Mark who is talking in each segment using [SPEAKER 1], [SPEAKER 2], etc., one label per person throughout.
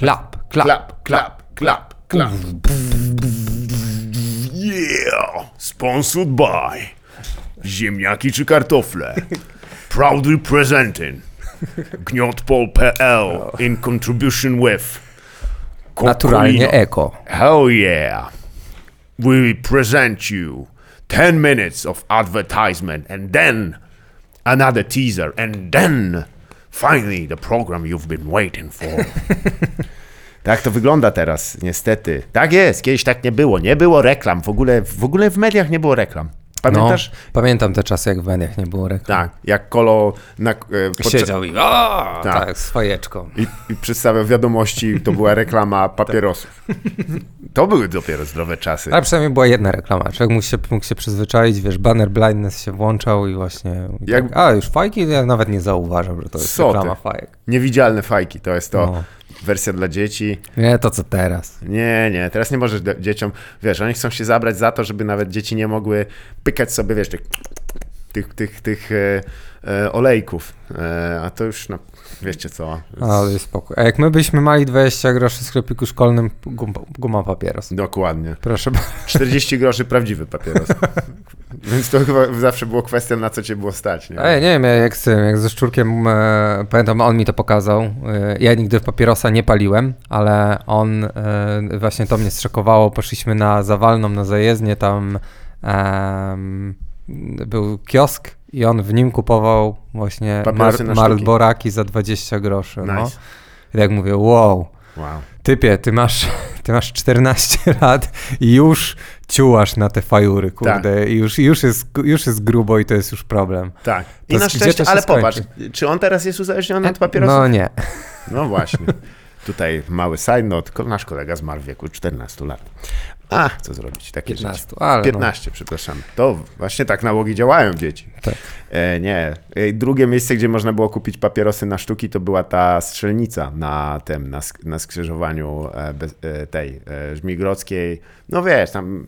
[SPEAKER 1] Klap.
[SPEAKER 2] Yeah! Sponsored by Ziemniaki czy kartofle. Proudly presenting Gniotpol.pl in contribution with
[SPEAKER 1] Naturalnie eko.
[SPEAKER 2] Hell yeah! We present you 10 minutes of advertisement and then another teaser and then finally the program you've been waiting for. Tak to wygląda teraz, niestety. Tak jest, kiedyś tak nie było. Nie było reklam, w ogóle w mediach nie było reklam. Pamiętasz?
[SPEAKER 1] No, pamiętam te czasy, jak w mediach nie było reklam.
[SPEAKER 2] Tak, jak Kolo
[SPEAKER 1] siedział i tak, z fajeczką.
[SPEAKER 2] I przedstawiał wiadomości, to była reklama papierosów. To były dopiero zdrowe czasy.
[SPEAKER 1] Ale przynajmniej była jedna reklama. Człowiek mógł się przyzwyczaić, wiesz, banner blindness się włączał i właśnie... już fajki? Ja nawet nie zauważam, że to jest reklama fajek.
[SPEAKER 2] Niewidzialne fajki, to jest to. No. Wersja dla dzieci.
[SPEAKER 1] Nie, to co teraz.
[SPEAKER 2] Nie, teraz nie możesz dzieciom, wiesz, oni chcą się zabrać za to, żeby nawet dzieci nie mogły pykać sobie, wiesz, tych olejków, a to już, no, wiecie co.
[SPEAKER 1] Ale spokój. A jak my byśmy mali 20 groszy w sklepiku szkolnym, guma papieros.
[SPEAKER 2] Dokładnie.
[SPEAKER 1] Proszę bardzo.
[SPEAKER 2] 40 groszy prawdziwy papieros. Więc to chyba zawsze było kwestią, na co cię było stać. Nie,
[SPEAKER 1] nie wiem, jak ze Szczurkiem, pamiętam, on mi to pokazał. Ja nigdy papierosa nie paliłem, ale on, właśnie to mnie zszokowało. Poszliśmy na Zawalną, na zajezdnię, tam był kiosk i on w nim kupował właśnie Marlboraki za 20 groszy. Nice. No. I tak mówię, wow. Typie, ty masz 14 lat i już ciułasz na te fajury, kurde. Tak. I już jest grubo i to jest już problem.
[SPEAKER 2] Tak. I na szczęście, ale popatrz, czy on teraz jest uzależniony od papierosów?
[SPEAKER 1] No nie.
[SPEAKER 2] No właśnie. Tutaj mały side note, nasz kolega zmarł w wieku 14 lat. Co zrobić? Takie
[SPEAKER 1] 15,
[SPEAKER 2] rzeczy.
[SPEAKER 1] Ale
[SPEAKER 2] 15, przepraszam. To właśnie tak nałogi działają, dzieci.
[SPEAKER 1] Tak.
[SPEAKER 2] Nie. Drugie miejsce, gdzie można było kupić papierosy na sztuki, to była ta strzelnica na skrzyżowaniu tej Żmigrodzkiej. No wiesz, tam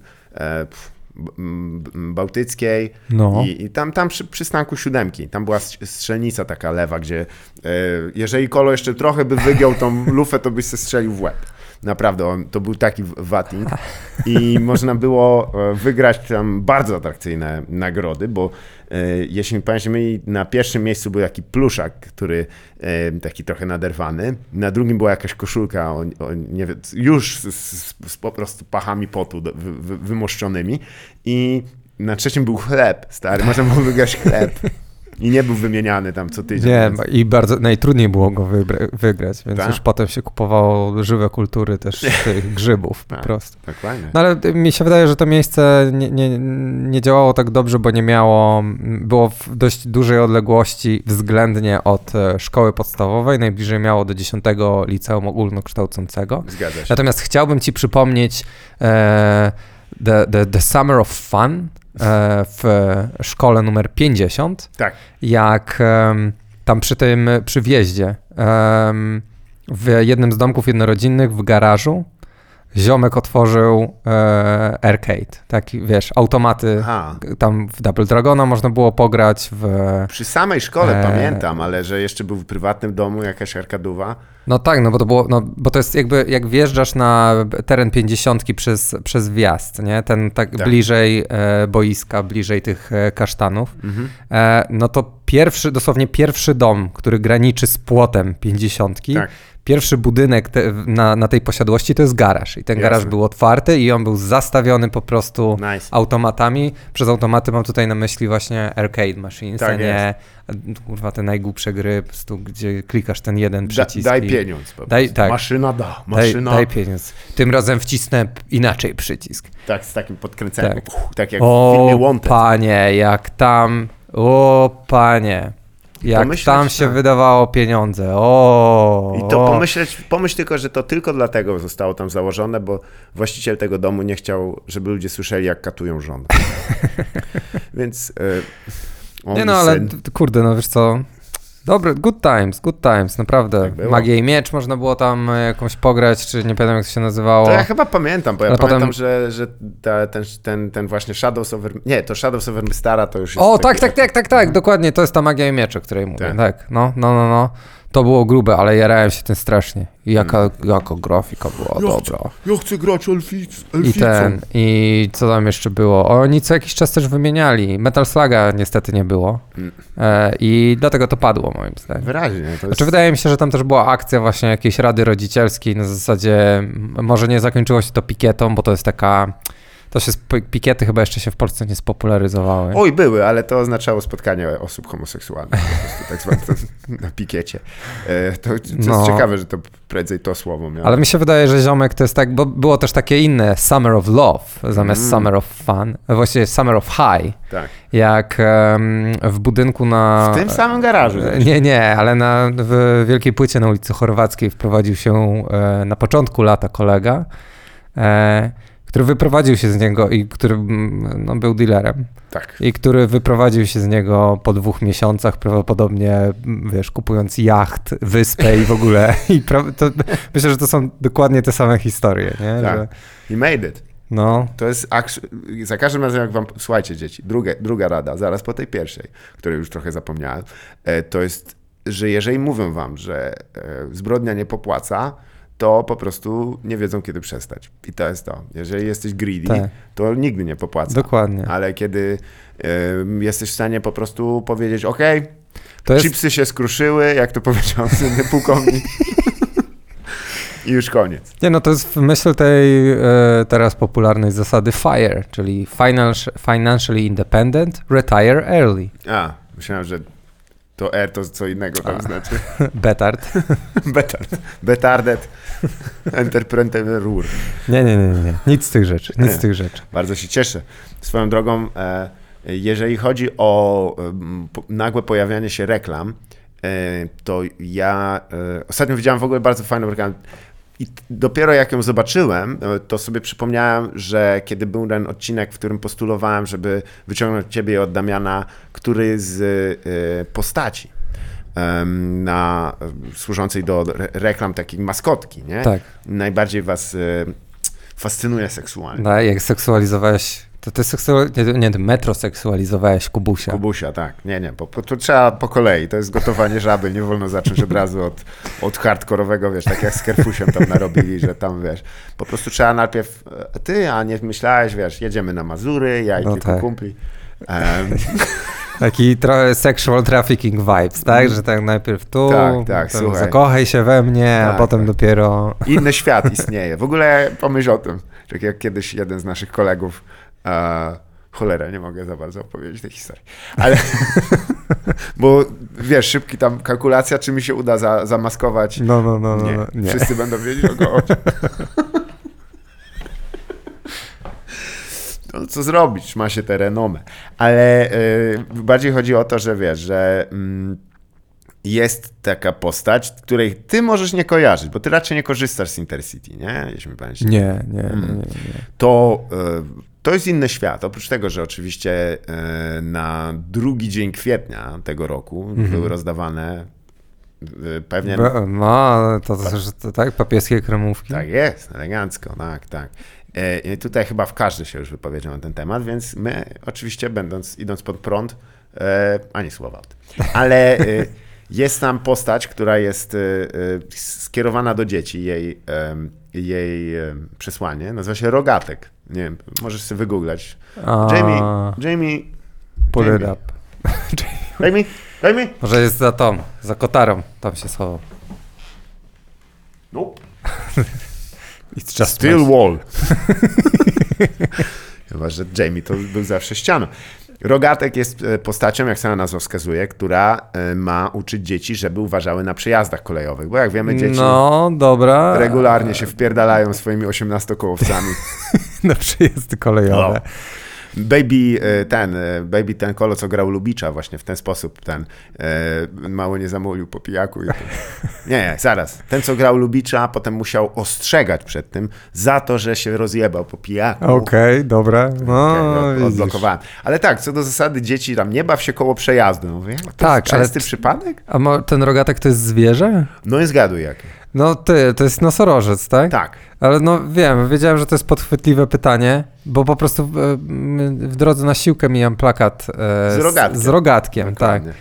[SPEAKER 2] Bałtyckiej. No. I tam przy przystanku 7, tam była strzelnica taka lewa, gdzie jeżeli Kolo jeszcze trochę by wygiął tą lufę, to byś se strzelił w łeb. Naprawdę, to był taki wating i można było wygrać tam bardzo atrakcyjne nagrody, bo jeśli pamiętam, na pierwszym miejscu był taki pluszak, który taki trochę naderwany, na drugim była jakaś koszulka nie wiem, już z po prostu pachami potu wymoszczonymi i na trzecim był chleb, stary, można było wygrać chleb. I nie był wymieniany tam co tydzień.
[SPEAKER 1] Nie, i bardzo najtrudniej było go wygrać, więc już potem się kupowało żywe kultury też tych grzybów po prostu.
[SPEAKER 2] Dokładnie.
[SPEAKER 1] No ale mi się wydaje, że to miejsce nie działało tak dobrze, bo było w dość dużej odległości względnie od szkoły podstawowej, najbliżej miało do 10 liceum ogólnokształcącego.
[SPEAKER 2] Zgadza się.
[SPEAKER 1] Natomiast chciałbym ci przypomnieć The Summer of Fun w szkole numer 50,
[SPEAKER 2] tak.
[SPEAKER 1] Jak tam przy wjeździe w jednym z domków jednorodzinnych w garażu ziomek otworzył arcade, taki wiesz, automaty. Tam w Double Dragona można było pograć.
[SPEAKER 2] Przy samej szkole pamiętam, ale że jeszcze był w prywatnym domu jakaś arkadowa.
[SPEAKER 1] No tak, no bo to było, bo to jest jakby jak wjeżdżasz na teren 50 przez wjazd, nie? Ten tak bliżej boiska, bliżej tych kasztanów, no to dosłownie pierwszy dom, który graniczy z płotem 50, pierwszy budynek na tej posiadłości to jest garaż i ten garaż był otwarty i on był zastawiony po prostu automatami. Przez automaty mam tutaj na myśli właśnie arcade machines, a nie kurwa te najgłupsze gry, po prostu, gdzie klikasz ten jeden przycisk.
[SPEAKER 2] Daj pieniądz. Maszyna da.
[SPEAKER 1] Daj pieniądz. Tym razem wcisnę inaczej przycisk.
[SPEAKER 2] Tak, z takim podkręceniem. Tak jak w filmie Wanted.
[SPEAKER 1] Panie. Jak tam się wydawało pieniądze.
[SPEAKER 2] I to pomyśl tylko, że to tylko dlatego zostało tam założone, bo właściciel tego domu nie chciał, żeby ludzie słyszeli, jak katują żonę. Więc
[SPEAKER 1] ale kurde, no wiesz co, dobre, good times, naprawdę. Tak Magia i miecz można było tam jakąś pograć, czy nie pamiętam jak to się nazywało.
[SPEAKER 2] To ja chyba pamiętam, bo ja pamiętam, że ten właśnie Shadows of... Nie, to Shadows of Mystara to już jest...
[SPEAKER 1] Tak, dokładnie, to jest ta Magia i miecz, o której mówię. Tak, no. To było grube, ale jarałem się tym strasznie. I jaka grafika była dobra.
[SPEAKER 2] Ja chcę grać elficą.
[SPEAKER 1] I co tam jeszcze było? Oni co jakiś czas też wymieniali. Metal Sluga niestety nie było. I dlatego to padło, moim zdaniem.
[SPEAKER 2] Wyraźnie.
[SPEAKER 1] Znaczy, wydaje mi się, że tam też była akcja właśnie jakiejś rady rodzicielskiej na zasadzie, może nie zakończyło się to pikietą, bo to jest taka... Pikiety chyba jeszcze się w Polsce nie spopularyzowały.
[SPEAKER 2] Oj, były, ale to oznaczało spotkanie osób homoseksualnych, po prostu tak zwane na pikiecie. To jest ciekawe, że to prędzej to słowo miało.
[SPEAKER 1] Ale mi się wydaje, że ziomek to jest tak, bo było też takie inne Summer of Love zamiast Summer of Fun, właściwie Summer of High.
[SPEAKER 2] Tak.
[SPEAKER 1] Jak w budynku na...
[SPEAKER 2] W tym samym garażu.
[SPEAKER 1] Nie, ale w Wielkiej Płycie na ulicy Chorwackiej wprowadził się na początku lata kolega, który wyprowadził się z niego i który był dealerem.
[SPEAKER 2] Tak.
[SPEAKER 1] I który wyprowadził się z niego po 2 miesiącach, prawdopodobnie, kupując jacht, wyspę i w ogóle. Myślę, że to są dokładnie te same historie, nie?
[SPEAKER 2] Tak.
[SPEAKER 1] Że...
[SPEAKER 2] He made it.
[SPEAKER 1] No.
[SPEAKER 2] To jest, za każdym razem jak wam, słuchajcie dzieci, druga rada, zaraz po tej pierwszej, której już trochę zapomniałem, to jest, że jeżeli mówią wam, że zbrodnia nie popłaca, to po prostu nie wiedzą, kiedy przestać. I to jest to. Jeżeli jesteś greedy, to nigdy nie popłaca.
[SPEAKER 1] Dokładnie.
[SPEAKER 2] Ale kiedy jesteś w stanie po prostu powiedzieć, chipsy się skruszyły, jak to powiedział słynny pułkownik. I już koniec.
[SPEAKER 1] Nie, to jest w myśl tej teraz popularnej zasady FIRE, czyli Financially Independent, Retire Early.
[SPEAKER 2] Myślałem, że to R to co innego tam znaczy.
[SPEAKER 1] Betard.
[SPEAKER 2] Betardet. Entrepreneur.
[SPEAKER 1] Nie. Nic z tych rzeczy.
[SPEAKER 2] Bardzo się cieszę. Swoją drogą, jeżeli chodzi o nagłe pojawianie się reklam, to ja ostatnio widziałem w ogóle bardzo fajną reklamę. I dopiero jak ją zobaczyłem, to sobie przypomniałem, że kiedy był ten odcinek, w którym postulowałem, żeby wyciągnąć ciebie od Damiana, który z postaci służącej do reklam takiej maskotki, nie?
[SPEAKER 1] Tak.
[SPEAKER 2] Najbardziej was fascynuje seksualnie.
[SPEAKER 1] No, jak seksualizowałeś... Ty metroseksualizowałeś Kubusia.
[SPEAKER 2] Kubusia, tak. Nie, to trzeba po kolei. To jest gotowanie żaby. Nie wolno zacząć od razu od hardkorowego, tak jak z Kerfusiem tam narobili, że tam, po prostu trzeba najpierw a nie myślałeś, jedziemy na Mazury, ja i kilku kumpli.
[SPEAKER 1] Taki trochę sexual trafficking vibes, tak? Że tak najpierw tu,
[SPEAKER 2] słuchaj.
[SPEAKER 1] Zakochaj się we mnie, a potem dopiero...
[SPEAKER 2] Inny świat istnieje. W ogóle pomyśl o tym. Tak jak kiedyś jeden z naszych kolegów cholera, nie mogę za bardzo opowiedzieć tej historii. Ale, bo szybki tam kalkulacja, czy mi się uda zamaskować. Nie. Wszyscy będą wiedzieć, o kogo chodzi. No, co zrobić? Ma się tę renomę. Ale bardziej chodzi o to, że że jest taka postać, której ty możesz nie kojarzyć, bo ty raczej nie korzystasz z Intercity, nie? Jeśli mi pamięć.
[SPEAKER 1] Nie.
[SPEAKER 2] To jest inny świat. Oprócz tego, że oczywiście na 2 dzień kwietnia tego roku były rozdawane pewnie...
[SPEAKER 1] tak? Papieskie kremówki?
[SPEAKER 2] Tak jest, elegancko, tak. Tutaj chyba każdy się już wypowiedział na ten temat, więc my oczywiście idąc pod prąd, ani słowa o tym. Ale jest tam postać, która jest skierowana do dzieci, jej przesłanie, nazywa się Rogatek. Nie wiem, możesz sobie wygooglać. Jamie.
[SPEAKER 1] Pull it up.
[SPEAKER 2] Jamie?
[SPEAKER 1] Może jest za kotarą, tam się schował.
[SPEAKER 2] Nope.
[SPEAKER 1] It's just
[SPEAKER 2] Still wall. Chyba, że Jamie to był zawsze ścianą. Rogatek jest postacią, jak sama nazwa wskazuje, która ma uczyć dzieci, żeby uważały na przejazdach kolejowych, bo jak wiemy, dzieci regularnie się wpierdalają swoimi 18-kołowcami
[SPEAKER 1] na przejazdy kolejowe.
[SPEAKER 2] Baby ten kolo, co grał Lubicza właśnie w ten sposób, mało nie zamulił po pijaku. Nie, zaraz. Ten, co grał Lubicza, potem musiał ostrzegać przed tym za to, że się rozjebał po pijaku.
[SPEAKER 1] Okej, dobra.
[SPEAKER 2] Odblokowałem. Ale tak, co do zasady dzieci, tam nie baw się koło przejazdu. Mówię, to jest częsty przypadek?
[SPEAKER 1] A ten Rogatek to jest zwierzę?
[SPEAKER 2] No i zgaduj jakie.
[SPEAKER 1] To jest nosorożec, tak?
[SPEAKER 2] Tak.
[SPEAKER 1] Ale wiedziałem, że to jest podchwytliwe pytanie, bo po prostu w drodze na siłkę mijam plakat z rogatkiem, tak.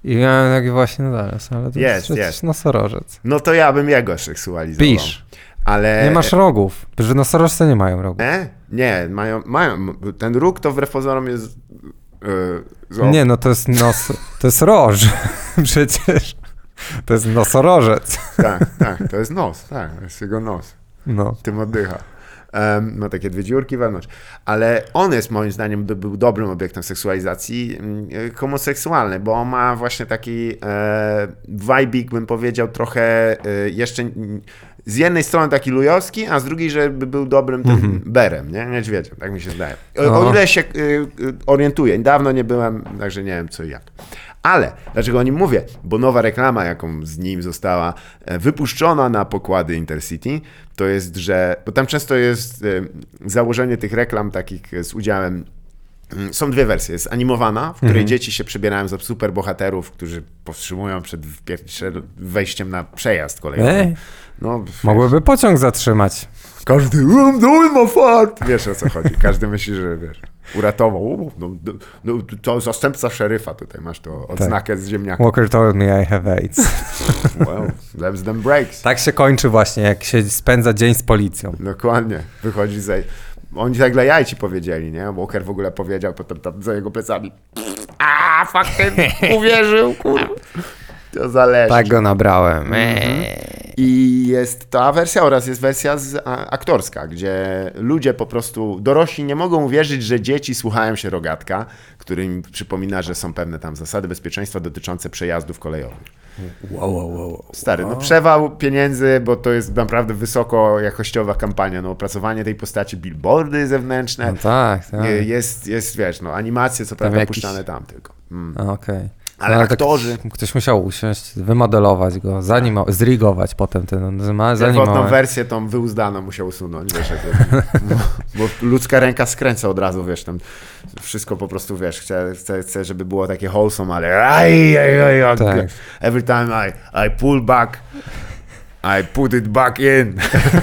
[SPEAKER 1] I miałem taki właśnie, no teraz, ale to jest nosorożec.
[SPEAKER 2] No to ja bym jego seksualizował.
[SPEAKER 1] Pisz. Ale... Nie masz rogów, że nosorożce nie mają rogów.
[SPEAKER 2] Nie, mają. Ten róg to wbrew pozorom jest...
[SPEAKER 1] Nie, no to jest to jest roż. Przecież. To jest nosorożec.
[SPEAKER 2] Tak, to jest nos, to jest jego nos.
[SPEAKER 1] No.
[SPEAKER 2] Tym oddycha. Ma takie 2 dziurki wewnątrz. Ale on jest moim zdaniem był dobrym obiektem seksualizacji homoseksualnej, bo on ma właśnie taki vibe, bym powiedział, trochę jeszcze z jednej strony taki lujowski, a z drugiej, żeby był dobrym tym berem, nie? Niedźwiedziem, tak mi się zdaje. O ile się orientuję. Dawno nie byłem, także nie wiem co i jak. Ale, dlaczego o nim mówię? Bo nowa reklama, jaką z nim została wypuszczona na pokłady Intercity, to jest, że... Bo tam często jest założenie tych reklam takich z udziałem... Są 2 wersje. Jest animowana, w której dzieci się przebierają za superbohaterów, którzy powstrzymują przed wejściem na przejazd kolejowy.
[SPEAKER 1] No, mogłyby pociąg zatrzymać.
[SPEAKER 2] Każdy ma fart! Wiesz o co chodzi. Każdy myśli, że wiesz, uratował. To zastępca szeryfa. Tutaj masz to odznakę z ziemniaka.
[SPEAKER 1] Walker told me I have AIDS.
[SPEAKER 2] Well, leaves them breaks.
[SPEAKER 1] Tak się kończy właśnie, jak się spędza dzień z policją.
[SPEAKER 2] Dokładnie. Wychodzi Oni tak dla jaj ci powiedzieli, nie? Walker w ogóle powiedział potem tam za jego plecami. Uwierzył, kurwa. To zależy.
[SPEAKER 1] Tak go nabrałem.
[SPEAKER 2] I jest ta wersja oraz jest wersja aktorska, gdzie ludzie po prostu, dorośli nie mogą uwierzyć, że dzieci słuchają się rogatka, który im przypomina, że są pewne tam zasady bezpieczeństwa dotyczące przejazdów kolejowych.
[SPEAKER 1] Wow.
[SPEAKER 2] Stary, no przewał pieniędzy, bo to jest naprawdę wysokojakościowa kampania. No opracowanie tej postaci, billboardy zewnętrzne.
[SPEAKER 1] No tak.
[SPEAKER 2] Jest, wiesz, no animacje, co prawda puszczane tam tylko.
[SPEAKER 1] Okej.
[SPEAKER 2] Ale aktorzy...
[SPEAKER 1] Tak, ktoś musiał usiąść, wymodelować go, zrigować potem ten
[SPEAKER 2] Pierwotną wersję tą wyuzdano musiał usunąć, wiesz, bo ludzka ręka skręca od razu, wiesz, tam wszystko po prostu, wiesz, chcę żeby było takie wholesome, ale tak. Every time I pull back, I put it back in.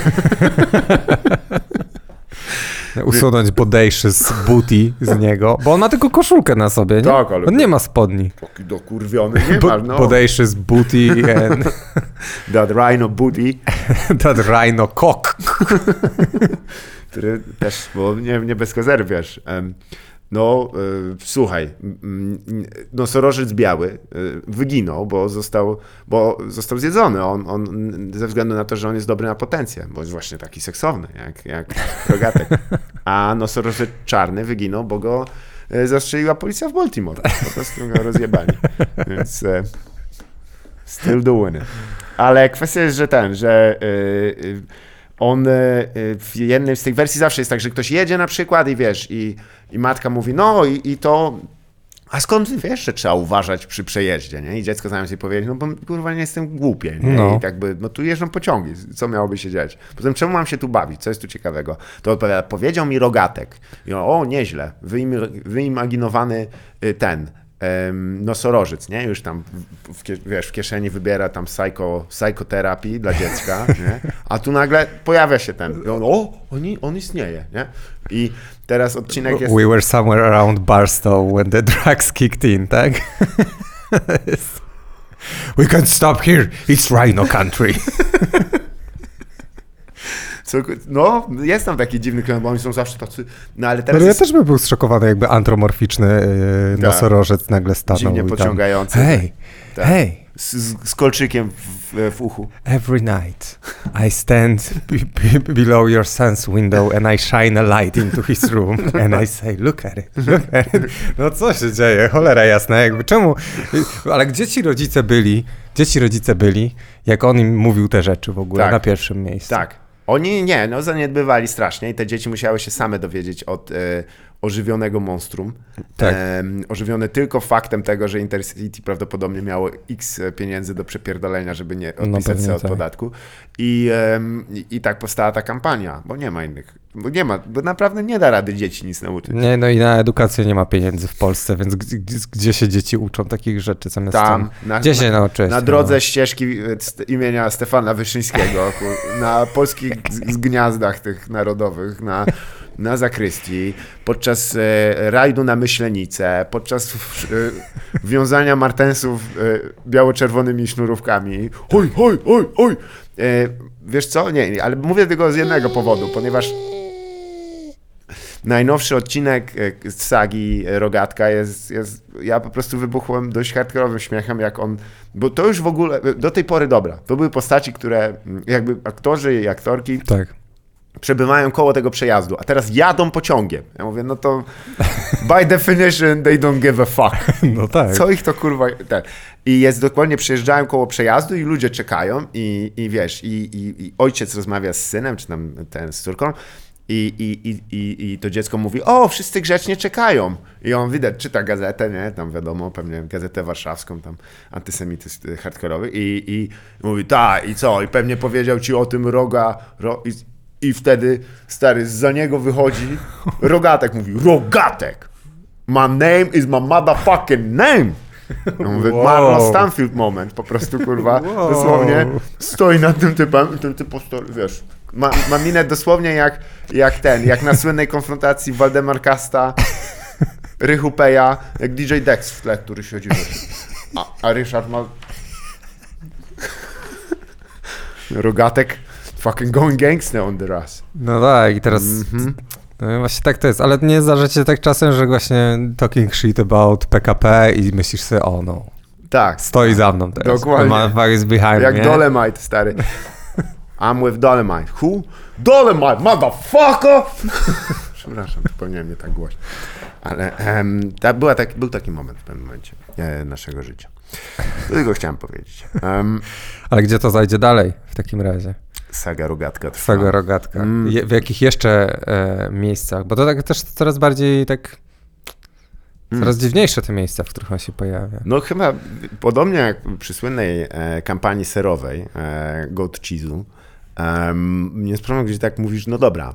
[SPEAKER 1] Usunąć bodejszy z booty z niego, bo on ma tylko koszulkę na sobie, nie?
[SPEAKER 2] Tak, ale...
[SPEAKER 1] On nie ma spodni.
[SPEAKER 2] Dokurwiony nie ma, no.
[SPEAKER 1] Bodejszy z booty and...
[SPEAKER 2] That rhino booty.
[SPEAKER 1] That rhino cock.
[SPEAKER 2] Który też, bo nie bez kozery, wiesz. Słuchaj, nosorożec biały wyginął, bo został zjedzony. On ze względu na to, że on jest dobry na potencję, bo jest właśnie taki seksowny, jak rogatek. A nosorożec czarny wyginął, bo go zastrzeliła policja w Baltimore. Po prostu go rozjebali. Więc still doing it. Ale kwestia jest, że on w jednej z tych wersji zawsze jest tak, że ktoś jedzie na przykład i wiesz, i matka mówi, no i to, a skąd wiesz, że trzeba uważać przy przejeździe, nie? I dziecko zamiast jej powiedzieć, no bo kurwa nie jestem głupie, nie?
[SPEAKER 1] No.
[SPEAKER 2] I jakby, no tu jeżdżą pociągi, co miałoby się dziać? Potem czemu mam się tu bawić? Co jest tu ciekawego? To odpowiada, powiedział mi rogatek. I on, nieźle, wyimaginowany nosorożec, nie? Już tam, w kieszeni wybiera tam psychoterapii dla dziecka, nie? A tu nagle pojawia się ten. I on istnieje, nie? I teraz odcinek jest...
[SPEAKER 1] We were somewhere around Barstow when the drugs kicked in, tak? We can't stop here, it's Rhino Country.
[SPEAKER 2] No, jest tam taki dziwny klimat, bo oni są zawsze tacy... No, ale teraz
[SPEAKER 1] ja też bym był zszokowany, jakby antromorficzny nosorożec nagle stanął.
[SPEAKER 2] Dziwnie pociągający.
[SPEAKER 1] Hey.
[SPEAKER 2] Z kolczykiem w uchu.
[SPEAKER 1] Every night I stand below your son's window and I shine a light into his room and I say, look at it. No co się dzieje? Cholera jasna, jakby czemu? Ale gdzie ci rodzice byli, jak on im mówił te rzeczy w ogóle na pierwszym miejscu?
[SPEAKER 2] Tak. Oni zaniedbywali strasznie i te dzieci musiały się same dowiedzieć od ożywionego monstrum.
[SPEAKER 1] Tak.
[SPEAKER 2] Ożywione tylko faktem tego, że Intercity prawdopodobnie miało x pieniędzy do przepierdolenia, żeby nie odpisać się od podatku. I tak powstała ta kampania, bo nie ma innych. Bo naprawdę nie da rady dzieci nic nauczyć.
[SPEAKER 1] Nie, no i na edukację nie ma pieniędzy w Polsce, więc gdzie się dzieci uczą takich rzeczy zamiast
[SPEAKER 2] tam?
[SPEAKER 1] Gdzie się nauczyć?
[SPEAKER 2] Na drodze ścieżki imienia Stefana Wyszyńskiego, na polskich gniazdach tych narodowych, na zakrystii, podczas rajdu na Myślenicę, podczas wiązania martensów biało-czerwonymi sznurówkami. Hoj, hoj, hoj, hoj! Wiesz co? Nie, ale mówię tylko z jednego powodu, ponieważ najnowszy odcinek z sagi Rogatka jest... Ja po prostu wybuchłem dość hardkorowym śmiechem, jak on... Bo to już w ogóle... Do tej pory dobra. To były postaci, które jakby aktorzy i aktorki przebywają koło tego przejazdu, a teraz jadą pociągiem. Ja mówię, no to by definition they don't give a fuck.
[SPEAKER 1] No tak.
[SPEAKER 2] Co ich to kurwa... Tak. I jest dokładnie, przejeżdżają koło przejazdu i ludzie czekają i wiesz, i ojciec rozmawia z synem, czy tam ten z córką, I to dziecko mówi, o, wszyscy grzecznie czekają. I on widać, czyta gazetę, nie? Tam wiadomo, pewnie gazetę warszawską, tam antysemityzm hardkorowy i mówi, i co? I pewnie powiedział ci o tym I wtedy, stary, za niego wychodzi Rogatek, mówi, Rogatek! My name is my motherfucking name! Ja mówię, Marla Stanfield moment, po prostu, kurwa, dosłownie stoi nad tym typem, ten typ wiesz, ma minę dosłownie jak na słynnej konfrontacji Waldemar Kasta, Rychu Peja, jak DJ Dex w tle, który siedzi, a Ryszard ma... Rogatek fucking going gangster on the ras.
[SPEAKER 1] No tak, i teraz... No właśnie tak to jest, ale nie zdarza tak czasem, że właśnie talking shit about PKP i myślisz sobie,
[SPEAKER 2] tak,
[SPEAKER 1] stoi za mną teraz.
[SPEAKER 2] Dokładnie.
[SPEAKER 1] Motherfucker is behind
[SPEAKER 2] jak
[SPEAKER 1] me.
[SPEAKER 2] Dolemite, stary. I'm with Dolemite. Who? Dolemite, motherfucker! Przepraszam, powinienem nie tak głośno. Ale był taki moment w pewnym momencie naszego życia. Tylko chciałem powiedzieć.
[SPEAKER 1] Ale gdzie to zajdzie dalej w takim razie?
[SPEAKER 2] Saga Rogatka trwa.
[SPEAKER 1] Saga Rogatka. W jakich jeszcze miejscach? Bo to tak też coraz bardziej coraz dziwniejsze te miejsca, w których on się pojawia.
[SPEAKER 2] No chyba podobnie jak przy słynnej kampanii serowej Goat Cheese'u, nie sprawdzam, gdzie tak mówisz, no dobra,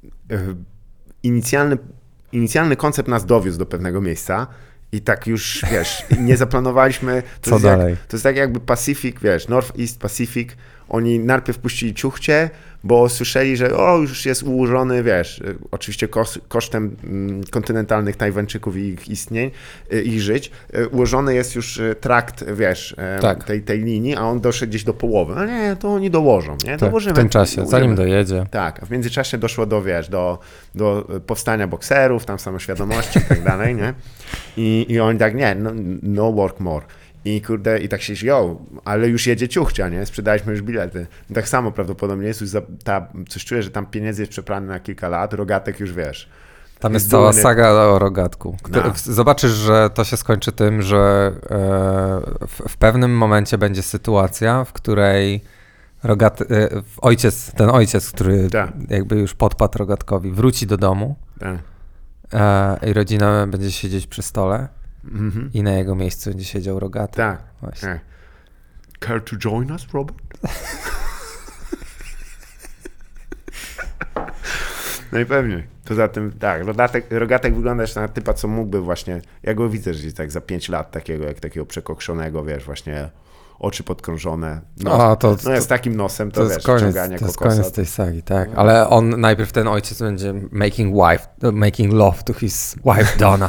[SPEAKER 2] inicjalny koncept nas dowiózł do pewnego miejsca i tak już, wiesz, nie zaplanowaliśmy.
[SPEAKER 1] Co dalej?
[SPEAKER 2] To jest tak jakby Pacific, wiesz, North East Pacific, oni najpierw puścili ciuchcie, bo słyszeli, że już jest ułożony, wiesz, oczywiście kosztem kontynentalnych Tajwańczyków i ich istnień, ich żyć, ułożony jest już trakt, wiesz,
[SPEAKER 1] tak.
[SPEAKER 2] tej linii, a on doszedł gdzieś do połowy. No nie, to oni dołożą, nie?
[SPEAKER 1] Tak, w tym czasie, zanim dojedzie.
[SPEAKER 2] Tak, a w międzyczasie doszło do, wiesz, do powstania bokserów, tam samoświadomości i tak dalej, nie? I oni tak, nie, no work more. I kurde, i tak się, ale już jedzie ciuchcia, nie? Sprzedaliśmy już bilety. I tak samo prawdopodobnie jest już coś czuję, że tam pieniędzy jest przeprany na kilka lat, Rogatek już wiesz.
[SPEAKER 1] Tam jest cała saga o Rogatku. Zobaczysz, że to się skończy tym, że w pewnym momencie będzie sytuacja, w której ten ojciec, który jakby już podpadł Rogatkowi, wróci do domu i rodzina będzie siedzieć przy stole. I na jego miejscu będzie siedział Rogatek.
[SPEAKER 2] Tak. Właśnie. Care to join us, Robert? Najpewniej. Poza tym, tak, Rogatek wygląda na typa, co mógłby właśnie, ja go widzę, że jest tak za 5 lat takiego przekokszonego, wiesz, właśnie oczy podkrążone. Z takim nosem, to wiesz, ciąganie kokosa.
[SPEAKER 1] To jest koniec tej sagi, tak. Ale najpierw ten ojciec będzie making love to his wife Donna.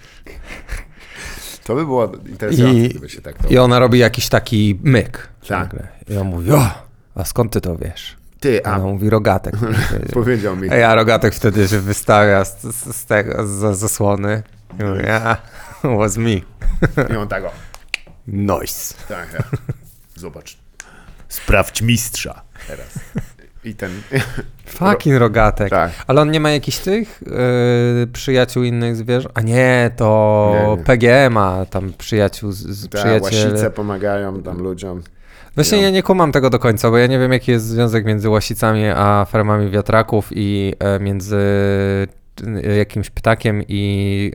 [SPEAKER 2] To by było interesujące, gdyby się tak to...
[SPEAKER 1] I ona robi jakiś taki myk.
[SPEAKER 2] Tak.
[SPEAKER 1] I on mówi, a skąd ty to wiesz? Ona mówi, Rogatek.
[SPEAKER 2] Powiedział mi.
[SPEAKER 1] A ja Rogatek wtedy się wystawia z tego, z zasłony. I mówi, was me.
[SPEAKER 2] I on tak
[SPEAKER 1] Nice.
[SPEAKER 2] Tak. Zobacz. Sprawdź mistrza teraz. I ten...
[SPEAKER 1] Fucking Rogatek.
[SPEAKER 2] Tak.
[SPEAKER 1] Ale on nie ma jakichś tych przyjaciół innych zwierząt? A nie, to PGE ma tam przyjaciół przyjaciele.
[SPEAKER 2] Łasice pomagają tam ludziom.
[SPEAKER 1] Właśnie ja nie kumam tego do końca, bo ja nie wiem, jaki jest związek między łasicami a farmami wiatraków i między jakimś ptakiem i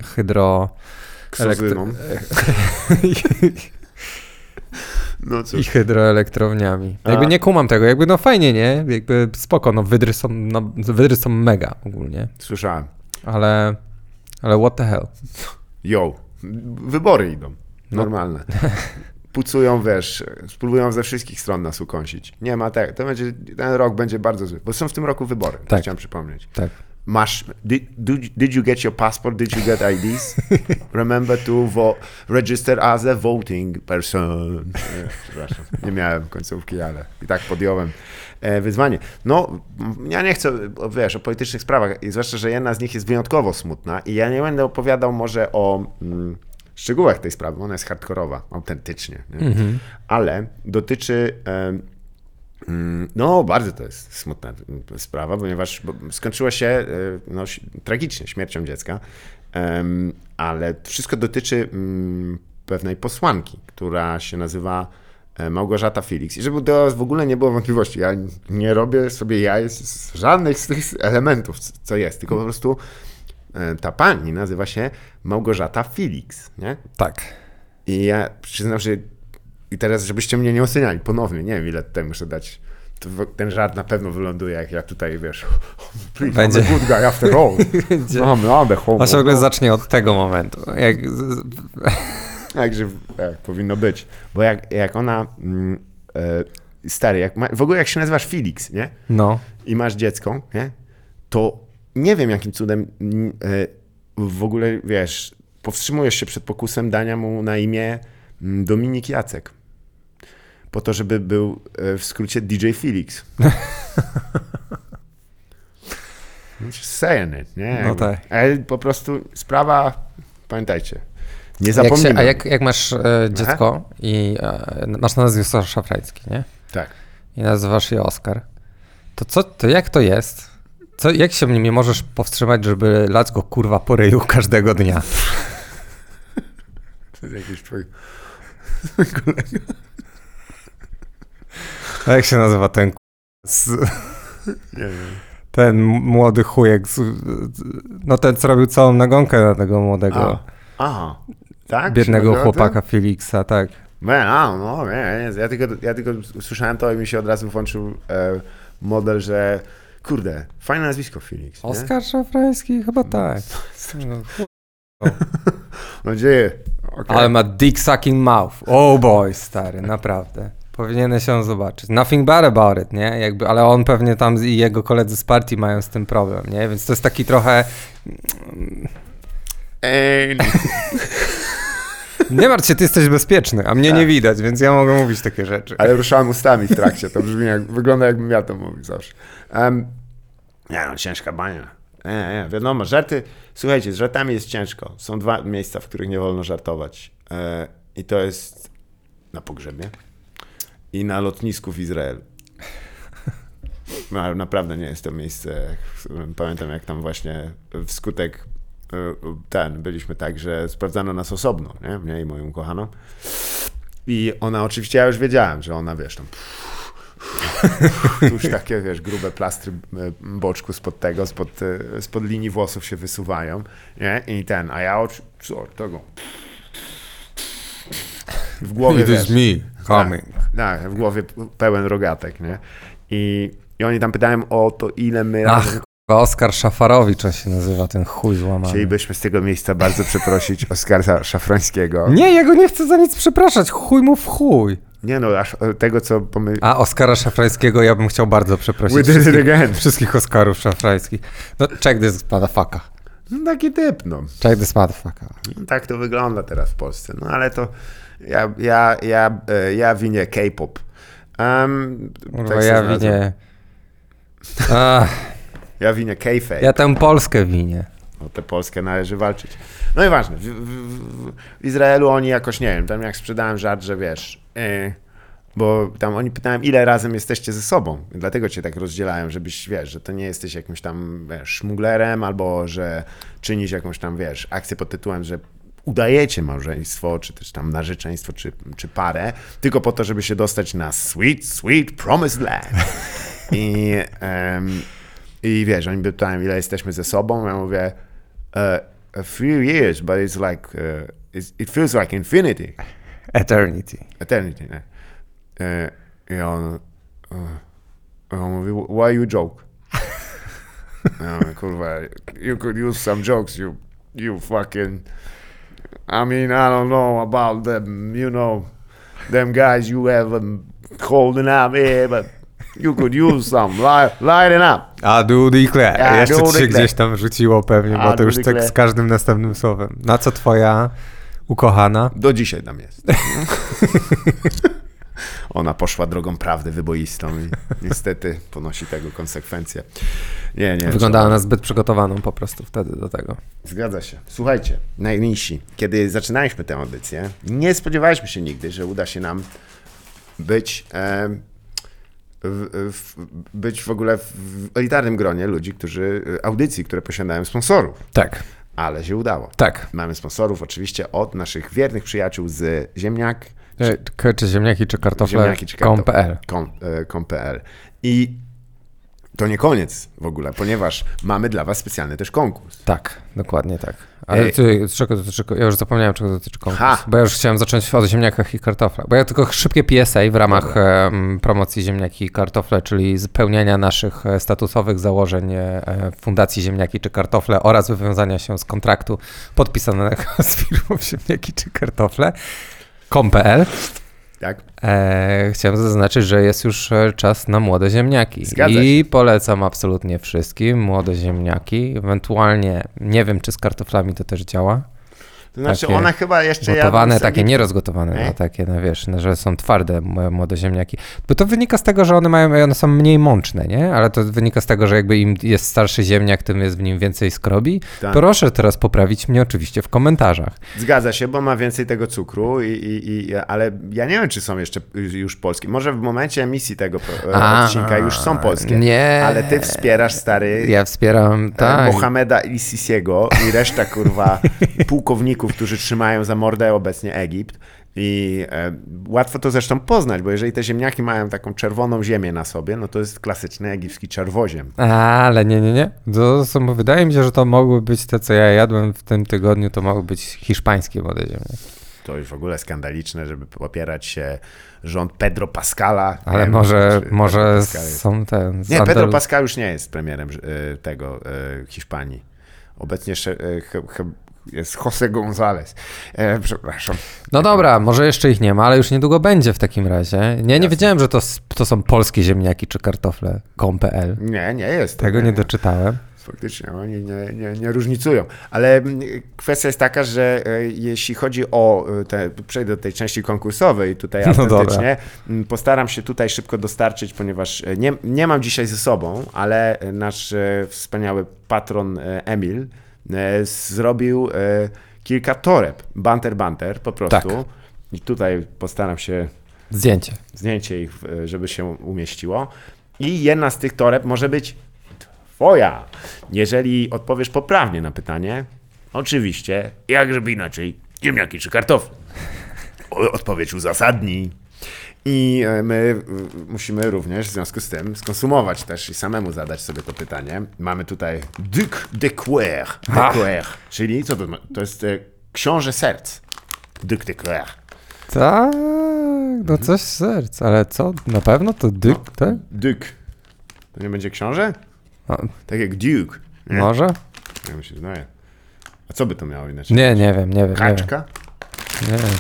[SPEAKER 2] No cóż.
[SPEAKER 1] I hydroelektrowniami. Jakby nie kumam tego, jakby fajnie, nie? Jakby spoko, wydry są mega ogólnie.
[SPEAKER 2] Słyszałem.
[SPEAKER 1] Ale what the hell?
[SPEAKER 2] Wybory idą. Normalne. Pucują, wiesz, spróbują ze wszystkich stron nas ukąsić. Nie ma tego. Ten rok będzie bardzo zły, bo są w tym roku wybory, chciałem przypomnieć.
[SPEAKER 1] Tak.
[SPEAKER 2] Did you get your passport? Did you get IDs? Remember to register as a voting person. Przepraszam, nie miałem końcówki, ale i tak podjąłem wyzwanie. No, ja nie chcę, wiesz, o politycznych sprawach, zwłaszcza, że jedna z nich jest wyjątkowo smutna i ja nie będę opowiadał może o szczegółach tej sprawy, bo ona jest hardkorowa, autentycznie, ale dotyczy... No, bardzo to jest smutna sprawa, ponieważ skończyła się tragicznie śmiercią dziecka, ale wszystko dotyczy pewnej posłanki, która się nazywa Małgorzata Felix. I żeby to w ogóle nie było wątpliwości, ja nie robię sobie jaj z żadnych z tych elementów, co jest, tylko po prostu ta pani nazywa się Małgorzata Felix, nie?
[SPEAKER 1] Tak.
[SPEAKER 2] I ja przyznam, że i teraz, żebyście mnie nie oceniali ponownie, nie wiem, ile tutaj muszę dać. Ten żart na pewno wyląduje, jak ja tutaj, wiesz,
[SPEAKER 1] będzie
[SPEAKER 2] I'm a good guy after all.
[SPEAKER 1] A się w ogóle zacznie od tego momentu.
[SPEAKER 2] Jak powinno być. Bo jak ona, stary, w ogóle jak się nazywasz Felix, nie?
[SPEAKER 1] No.
[SPEAKER 2] I masz dziecko, nie? To nie wiem, jakim cudem w ogóle, wiesz, powstrzymujesz się przed pokusem dania mu na imię Dominik Jacek. Po to, żeby był w skrócie DJ Felix. Just saying it, nie?
[SPEAKER 1] No tak.
[SPEAKER 2] Ale po prostu sprawa, pamiętajcie, nie zapomnijmy.
[SPEAKER 1] Jak masz dziecko i masz na nazwisko Szafrański, nie?
[SPEAKER 2] Tak.
[SPEAKER 1] I nazywasz je Oskar, to jak to jest? Jak się nie możesz powstrzymać, żeby lać go kurwa po ryju każdego dnia?
[SPEAKER 2] To jest jakiś twój kolega.
[SPEAKER 1] A jak się nazywa ten
[SPEAKER 2] Nie wiem.
[SPEAKER 1] ten młody chujek, no ten, co robił całą nagonkę na tego młodego,
[SPEAKER 2] tak?
[SPEAKER 1] biednego chłopaka Felixa, tak.
[SPEAKER 2] Ja tylko usłyszałem to i mi się od razu włączył model, że kurde, fajne nazwisko Felix.
[SPEAKER 1] Oskar Szafrański? Chyba tak.
[SPEAKER 2] Mam nadzieję. Okay.
[SPEAKER 1] Ale ma dick sucking mouth. Oh boy, stary, naprawdę. Powinieneś się zobaczyć. Nothing bad about it, nie? Ale on pewnie tam i jego koledzy z partii mają z tym problem, nie? Więc to jest taki trochę... Nie martw się, ty jesteś bezpieczny, a mnie nie widać, więc ja mogę mówić takie rzeczy.
[SPEAKER 2] Ale ruszałem ustami w trakcie, to brzmi wygląda jakbym ja to mówił zawsze. Ciężka bania. Wiadomo, żarty, słuchajcie, z żartami jest ciężko. Są dwa miejsca, w których nie wolno żartować. I to jest na pogrzebie i na lotnisku w Izraelu. No, naprawdę nie jest to miejsce, pamiętam jak tam właśnie wskutek byliśmy tak, że sprawdzano nas osobno, nie? Mnie i moją ukochaną. I ona oczywiście, ja już wiedziałem, że ona, wiesz, tam już takie, wiesz, grube plastry boczku spod tego, spod linii włosów się wysuwają, nie? I a ja tego w głowie,
[SPEAKER 1] wiesz, me coming.
[SPEAKER 2] Tak, w głowie pełen rogatek, nie? I oni tam pytałem o to, ile my razem...
[SPEAKER 1] Oskar Szafarowicz on się nazywa, ten chuj złamany.
[SPEAKER 2] Chcielibyśmy z tego miejsca bardzo przeprosić Oskara Szafrańskiego.
[SPEAKER 1] Nie, ja go nie chcę za nic przepraszać, chuj mu w chuj.
[SPEAKER 2] Nie no, aż tego co
[SPEAKER 1] A Oskara Szafrańskiego ja bym chciał bardzo przeprosić wszystkich Oskarów Szafrańskich. No check this motherfucker.
[SPEAKER 2] No taki typ, no.
[SPEAKER 1] Check this motherfucker.
[SPEAKER 2] No, tak to wygląda teraz w Polsce, no ale to ja winię K-pop.
[SPEAKER 1] Ja winię...
[SPEAKER 2] Ja winię K-fake.
[SPEAKER 1] Ja tę Polskę winię.
[SPEAKER 2] O tę Polskę należy walczyć. No i ważne, w Izraelu oni jakoś, nie wiem, tam jak sprzedałem żart, że wiesz, bo tam oni pytałem, ile razem jesteście ze sobą. I dlatego cię tak rozdzielają, żebyś, wiesz, że to nie jesteś jakimś tam, wiesz, szmuglerem, albo że czynisz jakąś tam, wiesz, akcję pod tytułem, że udajecie małżeństwo, czy też tam narzeczeństwo, czy parę, tylko po to, żeby się dostać na sweet, sweet promised land. I wiesz, oni pytają, ile jesteśmy ze sobą, ja mówię, a few years, but it's like, it feels like infinity.
[SPEAKER 1] Eternity,
[SPEAKER 2] nie? I on mówi, why you joke? Ja mówię, kurwa, you could use some jokes, you fucking, I mean, I don't know about them, you know, them guys you have holding up here, but You could use some, light it up.
[SPEAKER 1] I do declare. Jeszcze
[SPEAKER 2] do
[SPEAKER 1] ci się
[SPEAKER 2] declare.
[SPEAKER 1] gdzieś tam rzuciło pewnie, bo to już tak z każdym następnym słowem. Na co twoja ukochana?
[SPEAKER 2] Do dzisiaj tam jest. Ona poszła drogą prawdy wyboistą i niestety ponosi tego konsekwencje. Nie.
[SPEAKER 1] Wyglądała na zbyt przygotowaną po prostu wtedy do tego.
[SPEAKER 2] Zgadza się. Słuchajcie, najmniejsi, kiedy zaczynaliśmy tę audycję, nie spodziewaliśmy się nigdy, że uda się nam być w ogóle w elitarnym gronie ludzi, audycji, które posiadają sponsorów.
[SPEAKER 1] Tak.
[SPEAKER 2] Ale się udało.
[SPEAKER 1] Tak.
[SPEAKER 2] Mamy sponsorów oczywiście od naszych wiernych przyjaciół z Ziemniak.
[SPEAKER 1] Czy ziemniaki, czy kartofle.
[SPEAKER 2] .pl. I to nie koniec w ogóle, ponieważ mamy dla was specjalny też konkurs.
[SPEAKER 1] Tak, dokładnie tak. Ale czego dotyczy, ja już zapomniałem, czego dotyczy konkurs, bo ja już chciałem zacząć od ziemniakach i kartoflach, bo ja tylko szybkie PSA w ramach promocji ziemniaki i kartofle, czyli spełniania naszych statusowych założeń Fundacji Ziemniaki czy Kartofle oraz wywiązania się z kontraktu podpisanego z firmą Ziemniaki czy Kartofle. .pl.
[SPEAKER 2] Tak.
[SPEAKER 1] Chciałem zaznaczyć, że jest już czas na młode ziemniaki. I polecam absolutnie wszystkim młode ziemniaki. Ewentualnie nie wiem, czy z kartoflami to też działa.
[SPEAKER 2] To znaczy one chyba jeszcze
[SPEAKER 1] gotowane, takie nierozgotowane, no, takie, no wiesz, no, że są twarde młode ziemniaki. Bo to wynika z tego, że one są mniej mączne, nie? Ale to wynika z tego, że jakby im jest starszy ziemniak, tym jest w nim więcej skrobi. Tak. Proszę teraz poprawić mnie oczywiście w komentarzach.
[SPEAKER 2] Zgadza się, bo ma więcej tego cukru, ale ja nie wiem, czy są jeszcze już polskie. Może w momencie emisji tego odcinka już są polskie.
[SPEAKER 1] Nie.
[SPEAKER 2] Ale ty wspierasz, stary.
[SPEAKER 1] Ja wspieram, tak.
[SPEAKER 2] Mohameda Il-Sisiego i reszta, kurwa, pułkowników, którzy trzymają za mordę obecnie Egipt. I łatwo to zresztą poznać, bo jeżeli te ziemniaki mają taką czerwoną ziemię na sobie, no to jest klasyczny egipski czerwoziem.
[SPEAKER 1] Ale nie. Wydaje mi się, że to mogły być te, co ja jadłem w tym tygodniu, to mogły być hiszpańskie młode ziemniaki.
[SPEAKER 2] To już w ogóle skandaliczne, żeby popierać się rząd Pedro Pascala.
[SPEAKER 1] Ale może są ten...
[SPEAKER 2] Nie, Pedro Pascal już nie jest premierem Hiszpanii. Obecnie jest José González. Przepraszam.
[SPEAKER 1] No dobra, może jeszcze ich nie ma, ale już niedługo będzie w takim razie. Nie wiedziałem, że to są polskie ziemniaki czy kartofle .pl.
[SPEAKER 2] Nie jest.
[SPEAKER 1] Tego nie doczytałem.
[SPEAKER 2] Faktycznie, oni nie różnicują. Ale kwestia jest taka, że jeśli chodzi o przejdę do tej części konkursowej tutaj autentycznie, postaram się tutaj szybko dostarczyć, ponieważ nie mam dzisiaj ze sobą, ale nasz wspaniały patron Emil zrobił kilka toreb, banter po prostu. Tak. I tutaj postaram się zdjęcie ich, żeby się umieściło. I jedna z tych toreb może być twoja, jeżeli odpowiesz poprawnie na pytanie. Oczywiście, jak żeby inaczej, ziemniaki czy kartofle. Odpowiedź uzasadnij. I my musimy również w związku z tym skonsumować też i samemu zadać sobie to pytanie. Mamy tutaj Duc de Quer, czyli co to jest książę serc. Duc de Quer.
[SPEAKER 1] Tak, no coś serc, ale co? Na pewno to Duc, tak?
[SPEAKER 2] Duc. To nie będzie książę? Tak jak Duke. Nie?
[SPEAKER 1] Może?
[SPEAKER 2] Ja mi się zdaje. A co by to miało inaczej?
[SPEAKER 1] Nie wiem.
[SPEAKER 2] Kaczka?
[SPEAKER 1] Nie wiem.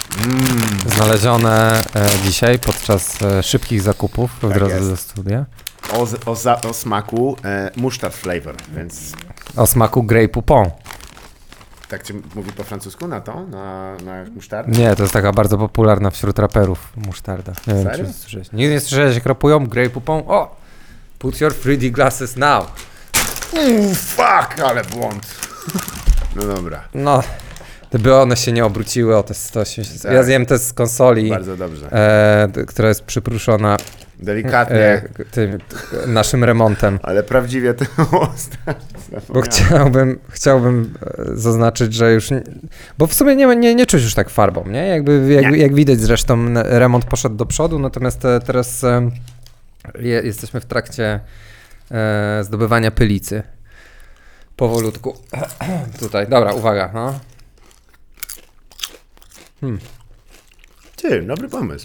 [SPEAKER 1] Znalezione dzisiaj podczas szybkich zakupów w drodze do studia.
[SPEAKER 2] O smaku mustard flavor, więc...
[SPEAKER 1] O smaku Grey Poupon.
[SPEAKER 2] Tak cię mówi po francusku na musztardę?
[SPEAKER 1] Nie, to jest taka bardzo popularna wśród raperów musztarda. Nie wiem, czy słyszałeś. Nigdy nie słyszałeś, jak rapują Grey Poupon? O! Put your 3D glasses now.
[SPEAKER 2] Fuck, ale błąd. No dobra.
[SPEAKER 1] No, gdyby one się nie obróciły o te 180. Tak. Ja zjem te z konsoli.
[SPEAKER 2] Bardzo dobrze.
[SPEAKER 1] Która jest przypruszona
[SPEAKER 2] delikatnie
[SPEAKER 1] tym naszym remontem.
[SPEAKER 2] Ale prawdziwie to
[SPEAKER 1] bo chciałbym zaznaczyć, że już... Bo w sumie nie czuć już tak farbą, nie? Jak widać zresztą remont poszedł do przodu, natomiast teraz jesteśmy w trakcie zdobywania pylicy. Powolutku. Tutaj, dobra, uwaga. No.
[SPEAKER 2] Ty, dobry pomysł.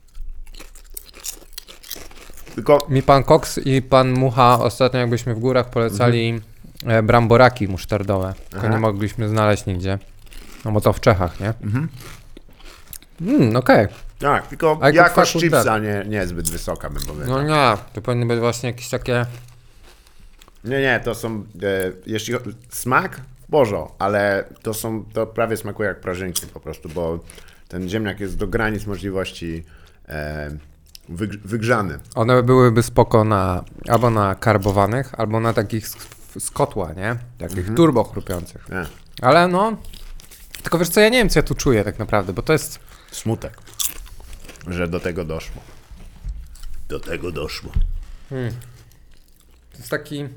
[SPEAKER 2] Tylko...
[SPEAKER 1] Mi pan Cox i pan Mucha ostatnio, jak byliśmy w górach, polecali bramboraki musztardowe. Tylko nie mogliśmy znaleźć nigdzie. No bo to w Czechach, nie? Okej.
[SPEAKER 2] Tak, tylko jakość chipsa nie jest zbyt wysoka, bym powiedział.
[SPEAKER 1] No nie, to powinny być właśnie jakieś takie...
[SPEAKER 2] Nie, to są, jeśli smak, bożo, ale to prawie smakuje jak prażynki po prostu, bo ten ziemniak jest do granic możliwości wygrzany.
[SPEAKER 1] One byłyby spoko albo na karbowanych, albo na takich z kotła, nie? Takich turbo chrupiących.
[SPEAKER 2] Nie.
[SPEAKER 1] Ale no, tylko wiesz co, ja nie wiem co ja tu czuję tak naprawdę, bo to jest...
[SPEAKER 2] Smutek, że do tego doszło. Do tego doszło.
[SPEAKER 1] To jest taki...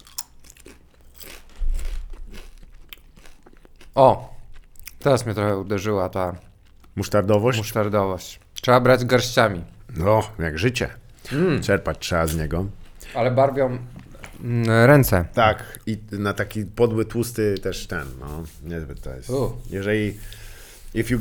[SPEAKER 1] O, teraz mnie trochę uderzyła ta
[SPEAKER 2] Musztardowość?
[SPEAKER 1] Trzeba brać garściami.
[SPEAKER 2] No, jak życie. Czerpać trzeba z niego.
[SPEAKER 1] Ale barwią ręce.
[SPEAKER 2] Tak, i na taki podły, tłusty też no, niezbyt to jest. Jeżeli, if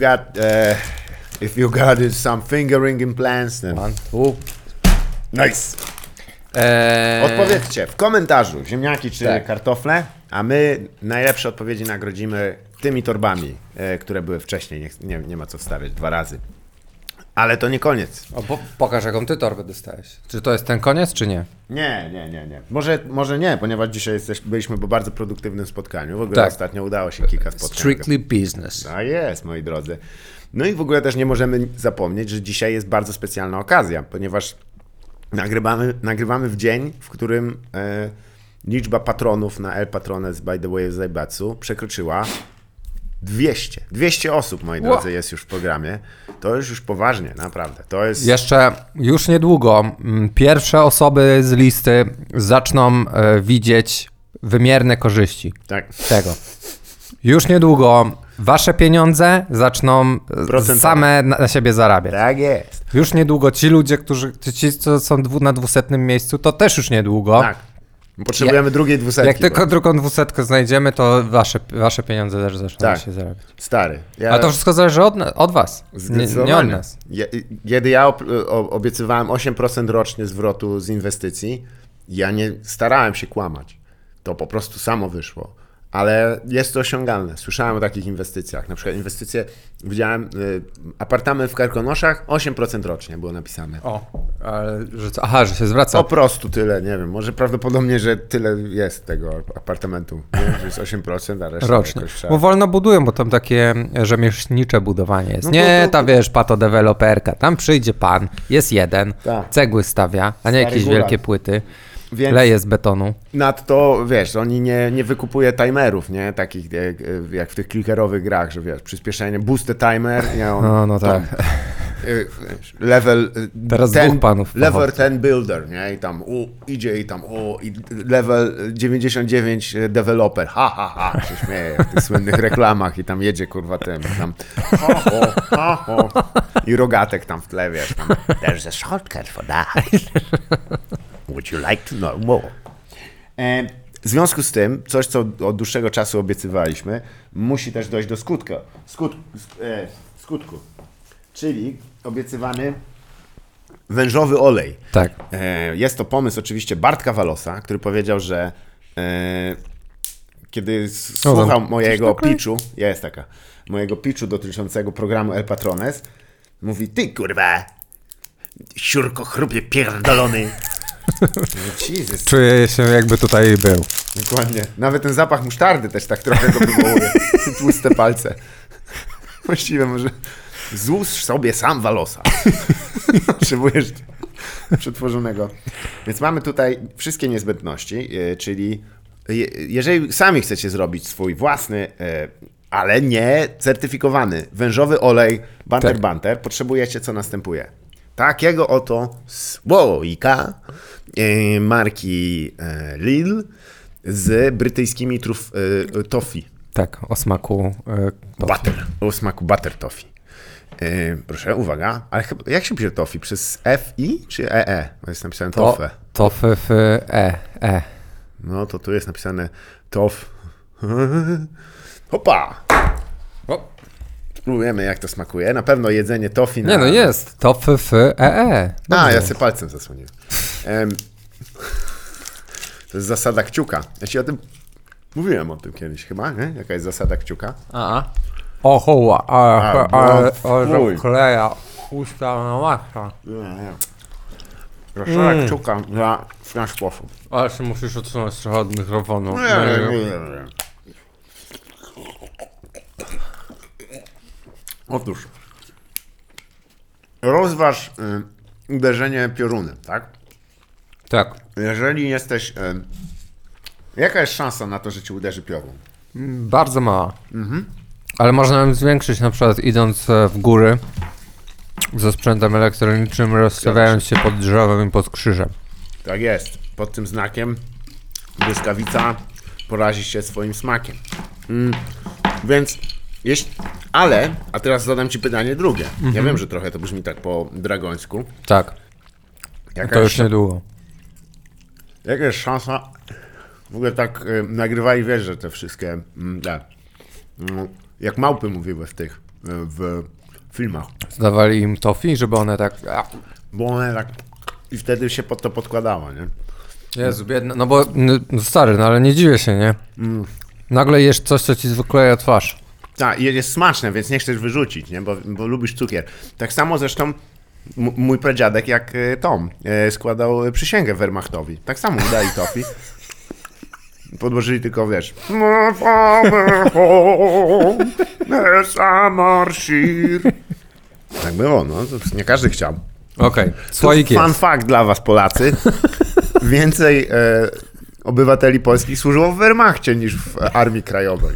[SPEAKER 2] you got some fingering implants, then...
[SPEAKER 1] One, two.
[SPEAKER 2] Nice. Odpowiedzcie w komentarzu, ziemniaki czy kartofle, a my najlepsze odpowiedzi nagrodzimy tymi torbami, które były wcześniej, nie ma co wstawiać 2 razy. Ale to nie koniec.
[SPEAKER 1] Pokaż jaką ty torbę dostałeś. Czy to jest ten koniec, czy nie?
[SPEAKER 2] Nie. Może nie, ponieważ dzisiaj byliśmy po bardzo produktywnym spotkaniu. W ogóle ostatnio udało się kilka spotkań.
[SPEAKER 1] Strictly business.
[SPEAKER 2] A jest, moi drodzy. No i w ogóle też nie możemy zapomnieć, że dzisiaj jest bardzo specjalna okazja, ponieważ nagrywamy w dzień, w którym liczba patronów na El Patrones by the Way of Zaibatsu przekroczyła 200. 200 osób, moi drodzy, jest już w programie. To już poważnie, naprawdę. To jest...
[SPEAKER 1] Już niedługo pierwsze osoby z listy zaczną widzieć wymierne korzyści tego. Już niedługo wasze pieniądze zaczną same na siebie zarabiać.
[SPEAKER 2] Tak jest.
[SPEAKER 1] Już niedługo ci ludzie, ci co są na 200 miejscu, to też już niedługo.
[SPEAKER 2] Tak. Potrzebujemy drugiej 200.
[SPEAKER 1] Jak tylko drugą 200 znajdziemy, to wasze pieniądze też zaczną się zarabiać.
[SPEAKER 2] Stary.
[SPEAKER 1] Ale to wszystko zależy od was, nie od nas.
[SPEAKER 2] Kiedy ja obiecywałem 8% rocznie zwrotu z inwestycji, ja nie starałem się kłamać. To po prostu samo wyszło. Ale jest to osiągalne. Słyszałem o takich inwestycjach. Na przykład inwestycje, widziałem apartament w Karkonoszach, 8% rocznie było napisane.
[SPEAKER 1] Że się zwraca.
[SPEAKER 2] Po prostu tyle, nie wiem. Może prawdopodobnie, że tyle jest tego apartamentu. Nie? Że jest 8%, a reszta
[SPEAKER 1] rocznie.
[SPEAKER 2] Jakoś trzeba...
[SPEAKER 1] Bo wolno budują, bo tam takie rzemieślnicze budowanie jest. Wiesz, patodeweloperka. Tam przyjdzie pan, jest jeden, cegły stawia, a nie jakieś wielkie płyty. Więc leje z betonu.
[SPEAKER 2] Nadto, wiesz, oni nie wykupuje timerów, nie? Takich jak w tych klikerowych grach, że wiesz, przyspieszenie, boosted timer, nie?
[SPEAKER 1] No tak.
[SPEAKER 2] Level
[SPEAKER 1] teraz 2 panów.
[SPEAKER 2] Level 10 builder, nie? I tam idzie i level 99 developer, się śmieje w tych słynnych reklamach i tam jedzie kurwa tym, tam i rogatek tam w tle, wiesz, tam there's a shortcut for that. Would you like to know more? W związku z tym, coś co od dłuższego czasu obiecywaliśmy, musi też dojść do skutku. Czyli obiecywany wężowy olej.
[SPEAKER 1] Tak.
[SPEAKER 2] Jest to pomysł oczywiście Bartka Walosa, który powiedział, że kiedy słuchał mojego pitchu dotyczącego programu El Patrones, mówi: ty kurwa, siurko chrupie pierdolony. Jesus.
[SPEAKER 1] Czuję się jakby tutaj był.
[SPEAKER 2] Dokładnie. Nawet ten zapach musztardy też tak trochę go wywołuje. Tłuste palce. Właściwie może złóż sobie sam Walosa. Potrzebujesz przetworzonego. Więc mamy tutaj wszystkie niezbędności, czyli jeżeli sami chcecie zrobić swój własny, ale nie certyfikowany wężowy olej Banter, potrzebujecie co następuje. Takiego oto słoika marki Lidl z brytyjskimi toffee.
[SPEAKER 1] Tak, o smaku toffee.
[SPEAKER 2] Butter. O smaku butter toffee. Proszę, uwaga, ale chyba, jak się pisze toffee? Przez F-I czy E-E? Jest napisane toffee.
[SPEAKER 1] Toffee w E.
[SPEAKER 2] No to tu jest napisane toff. Hopa! Spróbujemy, jak to smakuje. Na pewno jedzenie toffee
[SPEAKER 1] Nie, jest. Toffee w E.
[SPEAKER 2] Ja sobie palcem zasłoniłem. To jest zasada kciuka. Ja ci mówiłem o tym kiedyś chyba, nie? Jaka jest zasada kciuka?
[SPEAKER 1] Kleja. Pusta na łatwa.
[SPEAKER 2] Nie. Roszczek czuka w ten sposób.
[SPEAKER 1] Ale się musisz odsunąć trochę od mikrofonu.
[SPEAKER 2] Nie. Otóż, rozważ uderzenie piorunem, tak?
[SPEAKER 1] Tak.
[SPEAKER 2] Jeżeli jesteś... jaka jest szansa na to, że ci uderzy piorun?
[SPEAKER 1] Bardzo mała. Ale można ją zwiększyć, na przykład idąc w góry ze sprzętem elektronicznym, rozstawiając się pod drzewem i pod krzyżem.
[SPEAKER 2] Tak jest. Pod tym znakiem błyskawica porazi się swoim smakiem. Więc, ale, a teraz zadam ci pytanie drugie. Ja wiem, że trochę to brzmi tak po dragońsku.
[SPEAKER 1] Tak. To już niedługo.
[SPEAKER 2] Jaka jest szansa? W ogóle tak nagrywali, wiesz, że te wszystkie, jak małpy mówiły w filmach.
[SPEAKER 1] Zdawali im tofi, żeby one tak...
[SPEAKER 2] Bo one tak, i wtedy się pod to podkładała, nie?
[SPEAKER 1] Jezu, biedne. No bo, stary, no ale nie dziwię się, nie? Nagle jesz coś, co ci zwykleje twarz.
[SPEAKER 2] Tak, jest smaczne, więc nie chcesz wyrzucić, nie? Bo lubisz cukier. Tak samo zresztą mój pradziadek, jak Tom, składał przysięgę Wehrmachtowi. Tak samo dali tofi. Podłożyli tylko, wiesz... Tak było, no. To nie każdy chciał.
[SPEAKER 1] Okej, słoik jest.
[SPEAKER 2] Fun fact dla was, Polacy. Więcej obywateli polskich służyło w Wehrmachcie niż w Armii Krajowej.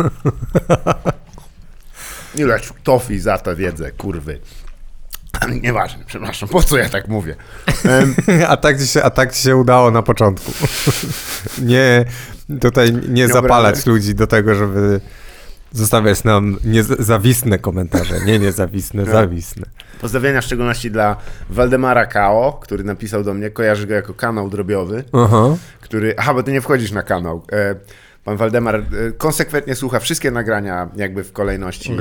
[SPEAKER 2] Ile tofi za tę wiedzę, kurwy. Nieważne, przepraszam, po co ja tak mówię?
[SPEAKER 1] A tak ci się udało na początku. Nie, tutaj nie zapalać ludzi do tego, żeby zostawiać nam zawisne komentarze. Nie zawisne, zawisne.
[SPEAKER 2] Pozdrowienia w szczególności dla Waldemara K.O., który napisał do mnie, kojarzy go jako kanał drobiowy, który... Aha, bo ty nie wchodzisz na kanał. Pan Waldemar konsekwentnie słucha wszystkie nagrania jakby w kolejności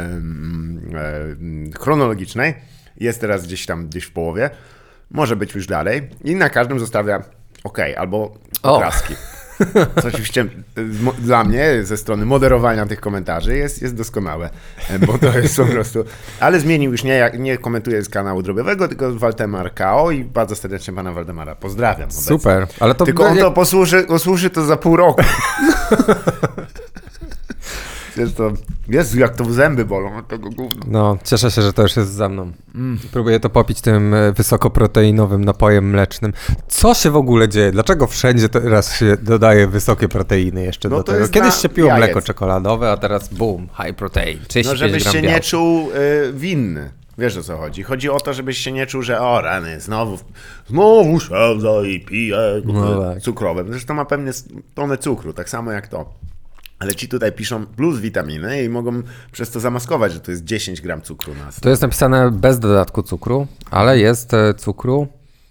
[SPEAKER 2] chronologicznej. Jest teraz gdzieś w połowie. Może być już dalej. I na każdym zostawia albo obrazki. Co oczywiście dla mnie ze strony moderowania tych komentarzy jest doskonałe, bo to jest po prostu... Ale zmienił już, nie komentuje z kanału drobiowego, tylko Waldemar K.O. i bardzo serdecznie pana Waldemara pozdrawiam. Obecnie.
[SPEAKER 1] Super. Ale to
[SPEAKER 2] tylko on to posłuży to za pół roku. Jezu, jak to zęby bolą od tego gówna.
[SPEAKER 1] No, cieszę się, że to już jest za mną. Próbuję to popić tym wysokoproteinowym napojem mlecznym. Co się w ogóle dzieje? Dlaczego wszędzie teraz się dodaje wysokie proteiny jeszcze do tego? Kiedyś się piło mleko czekoladowe, a teraz boom, high protein. 35
[SPEAKER 2] żebyś się
[SPEAKER 1] białka.
[SPEAKER 2] nie czuł winny. Wiesz, o co chodzi? Chodzi o to, żebyś się nie czuł, że rany, znowu siedzę i piję cukrowe. Zresztą ma pewnie tonę cukru, tak samo jak to. Ale ci tutaj piszą plus witaminy i mogą przez to zamaskować, że to jest 10 gram cukru na 100.
[SPEAKER 1] To jest napisane bez dodatku cukru, ale jest cukru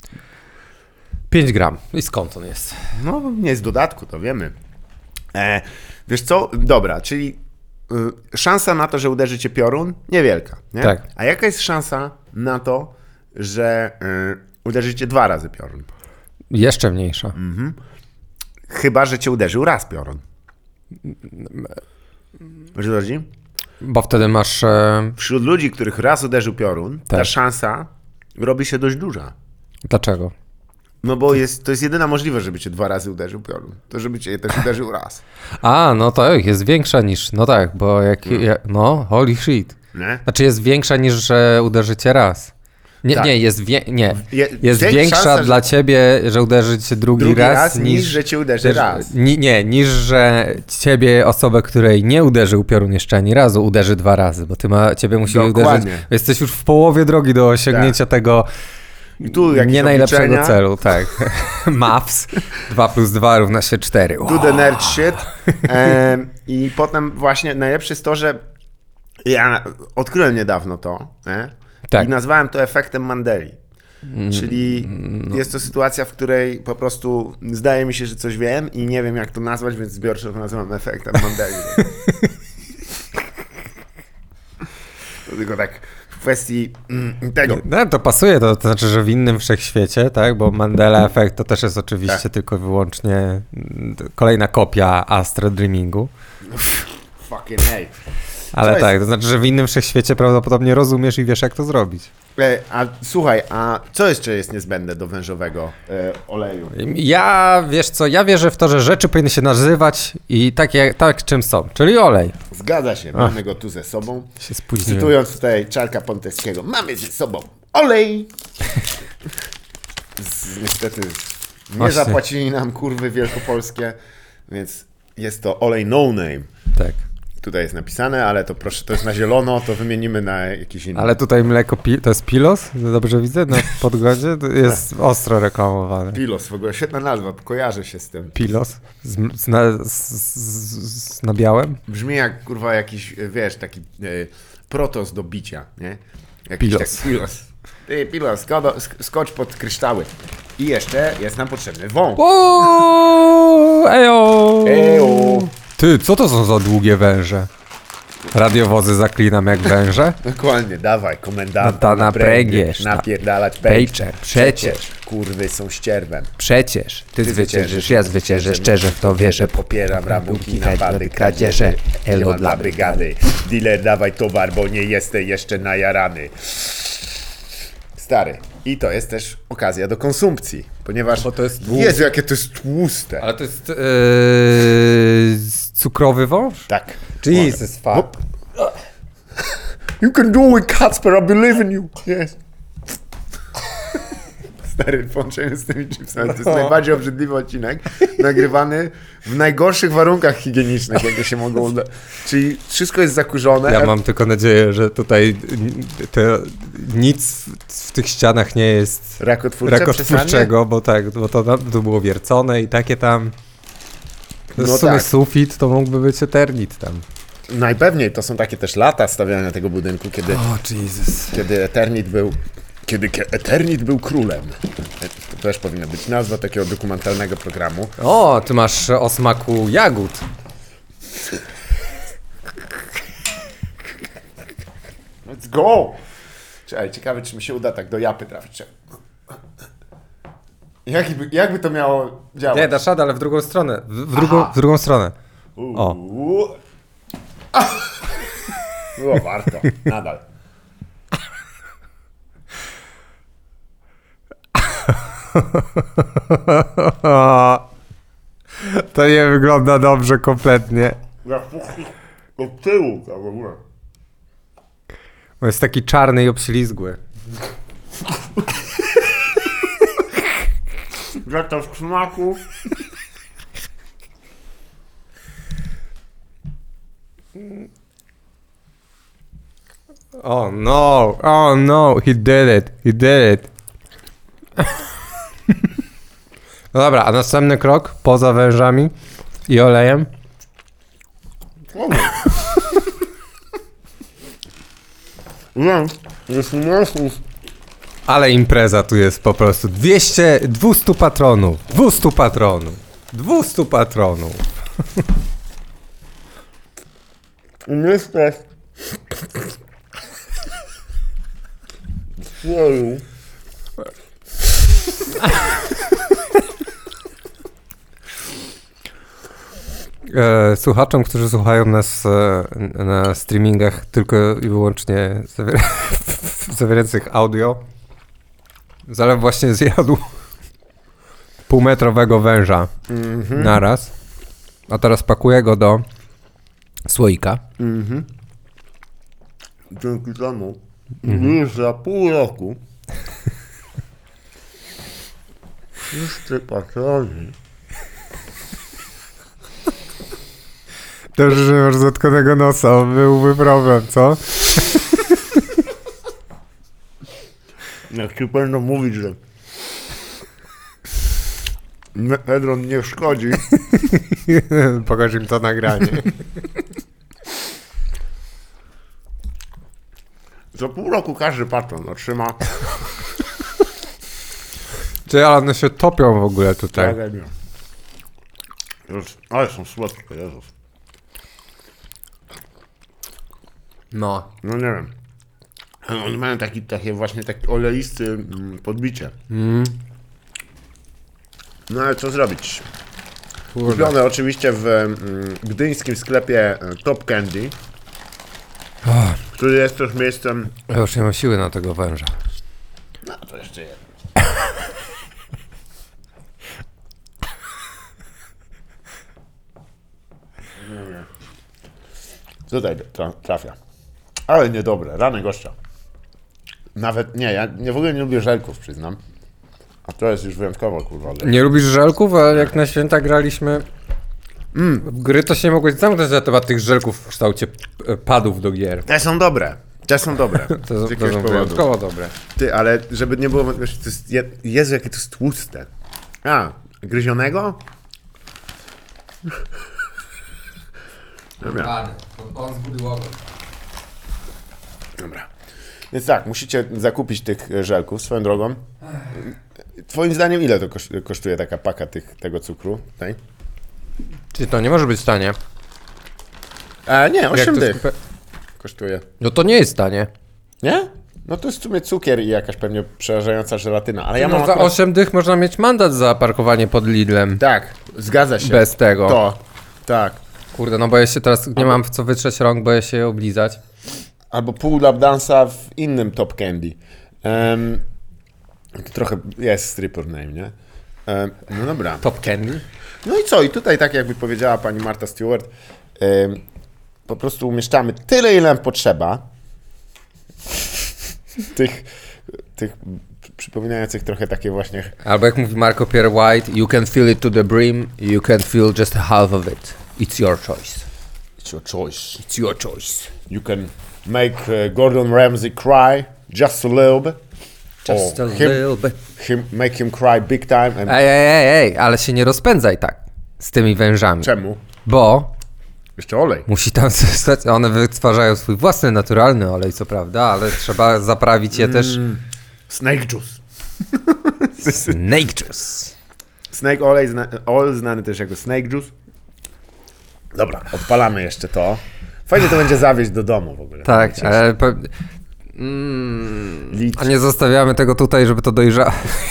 [SPEAKER 1] 5 gram. I skąd on jest?
[SPEAKER 2] No, nie jest dodatku, to wiemy. Wiesz co? Dobra, czyli szansa na to, że uderzy cię piorun? Niewielka. Nie?
[SPEAKER 1] Tak.
[SPEAKER 2] A jaka jest szansa na to, że uderzy cię 2 razy piorun?
[SPEAKER 1] Jeszcze mniejsza.
[SPEAKER 2] Chyba, że cię uderzył raz piorun. Wiesz, co chodzi?
[SPEAKER 1] Bo wtedy masz...
[SPEAKER 2] Wśród ludzi, których raz uderzył piorun, ta szansa robi się dość duża.
[SPEAKER 1] Dlaczego?
[SPEAKER 2] No bo to jest jedyna możliwość, żeby cię 2 razy uderzył piorun. To żeby cię też uderzył raz.
[SPEAKER 1] A, no tak, jest większa niż... No tak, bo holy shit.
[SPEAKER 2] Nie?
[SPEAKER 1] Znaczy jest większa niż, że uderzy cię raz. Nie, jest większa szansa, dla ciebie, że uderzy cię drugi raz
[SPEAKER 2] niż że cię uderzy raz.
[SPEAKER 1] Niż że ciebie, osobę, której nie uderzył piorun jeszcze ani razu, uderzy 2 razy, bo ciebie musi uderzyć. Jesteś już w połowie drogi do osiągnięcia tego nie najlepszego celu. Tak. Maths 2 + 2 równa się 4.
[SPEAKER 2] Do the nerd shit. I potem właśnie najlepsze jest to, że ja odkryłem niedawno to, i nazwałem to efektem Mandeli. Czyli jest to sytuacja, w której po prostu zdaje mi się, że coś wiem i nie wiem, jak to nazwać, więc zbiorczo to nazywam efektem Mandeli. To tylko tak w kwestii tego.
[SPEAKER 1] No, to pasuje, to znaczy, że w innym wszechświecie, tak? Bo Mandela efekt to też jest oczywiście tylko i wyłącznie kolejna kopia Astro Dreamingu.
[SPEAKER 2] Fucking hell.
[SPEAKER 1] Ale tak, to znaczy, że w innym wszechświecie prawdopodobnie rozumiesz i wiesz, jak to zrobić.
[SPEAKER 2] A słuchaj, a co jeszcze jest niezbędne do wężowego oleju?
[SPEAKER 1] Wiesz co, ja wierzę w to, że rzeczy powinny się nazywać i tak czym są, czyli olej.
[SPEAKER 2] Zgadza się, mamy go tu ze sobą.
[SPEAKER 1] Się spóźniłem.
[SPEAKER 2] Cytując tutaj Czarka Ponteskiego, mamy ze sobą olej. Niestety nie
[SPEAKER 1] Właśnie.
[SPEAKER 2] zapłacili nam kurwy wielkopolskie, więc jest to olej no name.
[SPEAKER 1] Tak.
[SPEAKER 2] Tutaj jest napisane, ale to proszę, to jest na zielono, to wymienimy na jakiś inny.
[SPEAKER 1] Ale tutaj mleko, to jest Pilos? Dobrze widzę na podglądzie? To jest ostro reklamowane.
[SPEAKER 2] Pilos, w ogóle świetna nazwa, kojarzy się z tym.
[SPEAKER 1] Pilos? Z nabiałem?
[SPEAKER 2] Brzmi jak kurwa jakiś, wiesz, taki protos do bicia, nie? Jakiś
[SPEAKER 1] Pilos.
[SPEAKER 2] taki pilos. Ty, pilos, skocz pod kryształy. I jeszcze jest nam potrzebny wąż.
[SPEAKER 1] Ejo!
[SPEAKER 2] Ejo!
[SPEAKER 1] Ty, co to są za długie węże? Radiowozy zaklinam jak węże?
[SPEAKER 2] Dokładnie, dawaj, komendanta
[SPEAKER 1] No to na pręgierz,
[SPEAKER 2] napierdalać
[SPEAKER 1] Pejczer, przecież.
[SPEAKER 2] Kurwy są ścierwem.
[SPEAKER 1] Przecież, ty zwyciężysz, ja zwyciężę, szczerze w to wierzę.
[SPEAKER 2] Popieram rabunki, napady, kradzieże. Elo dla brygady. Dealer, dawaj towar, bo nie jesteś jeszcze najarany. Stary. I to jest też okazja do konsumpcji, ponieważ...
[SPEAKER 1] Bo to jest
[SPEAKER 2] Jezu, jakie to jest tłuste.
[SPEAKER 1] Ale to jest cukrowy wąż?
[SPEAKER 2] Tak.
[SPEAKER 1] Jesus fuck.
[SPEAKER 2] You can do it, Kacper, I believe in you. Yes. Stary, połączenie z tymi chipsami, to jest najbardziej obrzydliwy odcinek, nagrywany w najgorszych warunkach higienicznych, jakie się mogą udać. Czyli wszystko jest zakurzone.
[SPEAKER 1] Ja mam tylko nadzieję, że tutaj nic w tych ścianach nie jest rakotwórczego, bo to było wiercone i takie tam... To w sumie sufit, to mógłby być Eternit tam.
[SPEAKER 2] Najpewniej to są takie też lata stawiania tego budynku, kiedy Eternit był królem. To też powinna być nazwa takiego dokumentalnego programu.
[SPEAKER 1] O, ty masz o smaku jagód.
[SPEAKER 2] Let's go! Czekaj, ciekawe, czy mi się uda tak do japy trafić. Jakby to miało działać?
[SPEAKER 1] Nie, dasz radę, ale w drugą stronę. W drugą stronę. O.
[SPEAKER 2] Było warto, nadal.
[SPEAKER 1] To nie wygląda dobrze kompletnie.
[SPEAKER 2] Od tyłu, tak w ogóle.
[SPEAKER 1] On jest taki czarny i obślizgły.
[SPEAKER 2] Jak to w smaku?
[SPEAKER 1] Oh no, he did it. No dobra, a następny krok poza wężami i olejem? Ale impreza tu jest po prostu. 200 patronów. 200 patronów.
[SPEAKER 2] Umieszczę. Słoju.
[SPEAKER 1] Słuchaczom, którzy słuchają nas na streamingach tylko i wyłącznie zawierających audio, Zalew właśnie zjadł półmetrowego węża naraz, a teraz pakuje go do słoika.
[SPEAKER 2] Dzięki temu już za pół roku wszyscy patroni.
[SPEAKER 1] Dobrze, że masz zatkanego nosa, byłby problem, co?
[SPEAKER 2] Jak ci będą mówić, że Hedron nie szkodzi.
[SPEAKER 1] Pokaż im to nagranie.
[SPEAKER 2] Za pół roku każdy patron otrzyma.
[SPEAKER 1] Czy ale one się topią w ogóle tutaj.
[SPEAKER 2] Ale są słodkie, Jezus.
[SPEAKER 1] No.
[SPEAKER 2] No nie wiem. Oni mają takie właśnie takie oleisty podbicie. No ale co zrobić? Kupione oczywiście w gdyńskim sklepie Top Candy. który jest też miejscem...
[SPEAKER 1] Ja już nie mam siły na tego węża.
[SPEAKER 2] No to jeszcze jedno. Tutaj trafia. Ale niedobre, rany gościa. Nawet, nie, ja w ogóle nie lubię żelków, przyznam. A to jest już wyjątkowo, kurwa.
[SPEAKER 1] Nie lubisz żelków, ale jak na święta graliśmy w gry, to się nie mogłeś zamknąć na temat tych żelków w kształcie padów do gier.
[SPEAKER 2] Te są dobre. Te są dobre.
[SPEAKER 1] To
[SPEAKER 2] Z jakiegoś
[SPEAKER 1] są
[SPEAKER 2] powodu.
[SPEAKER 1] wyjątkowo dobre.
[SPEAKER 2] Ty, ale żeby nie było wątpliwości, to jest... Jezu, jakie to jest tłuste. A, gryzionego? Dobra.
[SPEAKER 1] On zbudował.
[SPEAKER 2] Dobra. Więc tak, musicie zakupić tych żelków swoją drogą. Twoim zdaniem ile to kosztuje taka paka tego cukru? Tutaj?
[SPEAKER 1] Czy to nie może być tanie?
[SPEAKER 2] Nie, 8
[SPEAKER 1] to
[SPEAKER 2] dych
[SPEAKER 1] jest...
[SPEAKER 2] kosztuje.
[SPEAKER 1] No to nie jest tanie.
[SPEAKER 2] Nie? No to jest w sumie cukier i jakaś pewnie przerażająca żelatyna, ale ja mam
[SPEAKER 1] Za 8 dych można mieć mandat za parkowanie pod Lidlem.
[SPEAKER 2] Tak, zgadza się.
[SPEAKER 1] Bez tego.
[SPEAKER 2] To, tak.
[SPEAKER 1] Kurde, no boję się teraz, nie mam w co wytrzeć rąk, boję się je oblizać.
[SPEAKER 2] Albo pół lap dance'a w innym Top Candy. To trochę jest stripper name, nie? No dobra.
[SPEAKER 1] Top Candy?
[SPEAKER 2] No i co? I tutaj, tak jakby powiedziała pani Martha Stewart, po prostu umieszczamy tyle, ile nam potrzeba. Tych przypominających trochę takie właśnie...
[SPEAKER 1] Albo jak mówi Marco Pierre White, you can fill it to the brim, you can fill just half of it. It's your choice.
[SPEAKER 2] It's your choice.
[SPEAKER 1] It's your choice.
[SPEAKER 2] You can make Gordon Ramsay cry just a little bit.
[SPEAKER 1] Just a little bit.
[SPEAKER 2] Make him cry big time. And...
[SPEAKER 1] Ej, ale się nie rozpędzaj tak z tymi wężami.
[SPEAKER 2] Czemu?
[SPEAKER 1] Bo
[SPEAKER 2] jeszcze olej.
[SPEAKER 1] Musi tam stać, one wytwarzają swój własny, naturalny olej, co prawda, ale trzeba zaprawić je też...
[SPEAKER 2] Snake juice.
[SPEAKER 1] Snake juice.
[SPEAKER 2] Snake olej, znany też jako snake juice. Dobra, odpalamy jeszcze to. Fajnie to będzie zawieźć do domu w ogóle.
[SPEAKER 1] Tak, ale... A nie zostawiamy tego tutaj, żeby to dojrzało.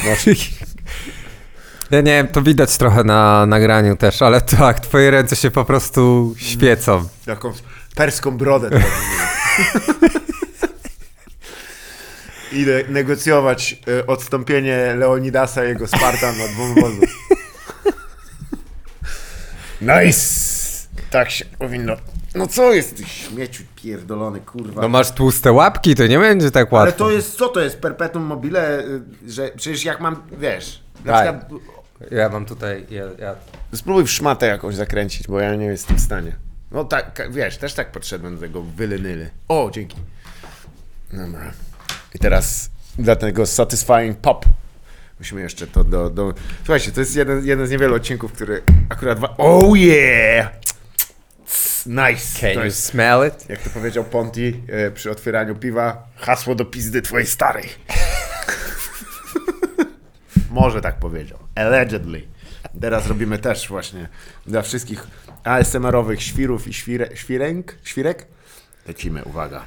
[SPEAKER 1] Ja nie wiem, to widać trochę na nagraniu też, ale tak, twoje ręce się po prostu świecą.
[SPEAKER 2] Taką perską brodę. Idę negocjować odstąpienie Leonidasa i jego Spartan od wąwozu. Nice! Tak się powinno... No co jest ty śmieciu pierdolony, kurwa.
[SPEAKER 1] No masz tłuste łapki, to nie będzie tak łatwo.
[SPEAKER 2] Ale to jest, co to jest? Perpetuum mobile? Że przecież jak mam, wiesz... Na przykład...
[SPEAKER 1] Ja mam tutaj...
[SPEAKER 2] Spróbuj w szmatę jakąś zakręcić, bo ja nie jestem w stanie. No tak, wiesz, też tak podszedłem do tego wylenyly. O, dzięki. Dobra. I teraz dla tego satisfying pop. Musimy jeszcze to do... Słuchajcie, to jest jeden z niewielu odcinków, który akurat... Oh yeah! Nice.
[SPEAKER 1] Can you smell it?
[SPEAKER 2] Jak to powiedział Ponti przy otwieraniu piwa, hasło do pizdy twojej starej. Może tak powiedział. Allegedly. Teraz robimy też właśnie dla wszystkich ASMR-owych świrów i świrek. Lecimy, uwaga.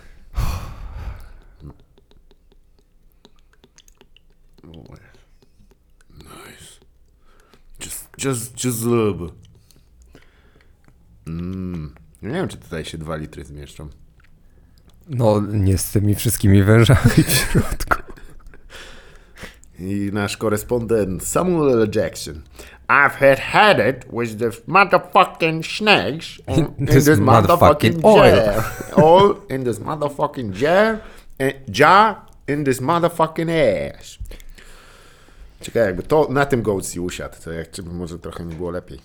[SPEAKER 2] Nice. Just a little bit. Nie wiem, czy tutaj się 2 litry zmieszczą.
[SPEAKER 1] No, nie z tymi wszystkimi wężami w środku.
[SPEAKER 2] I nasz korespondent Samuel L. Jackson. I've had it with the motherfucking snakes in this motherfucking jar. All in this motherfucking jar in this motherfucking ass. Ciekawe, jakby to na tym gołci usiadł, to jak może trochę nie było lepiej.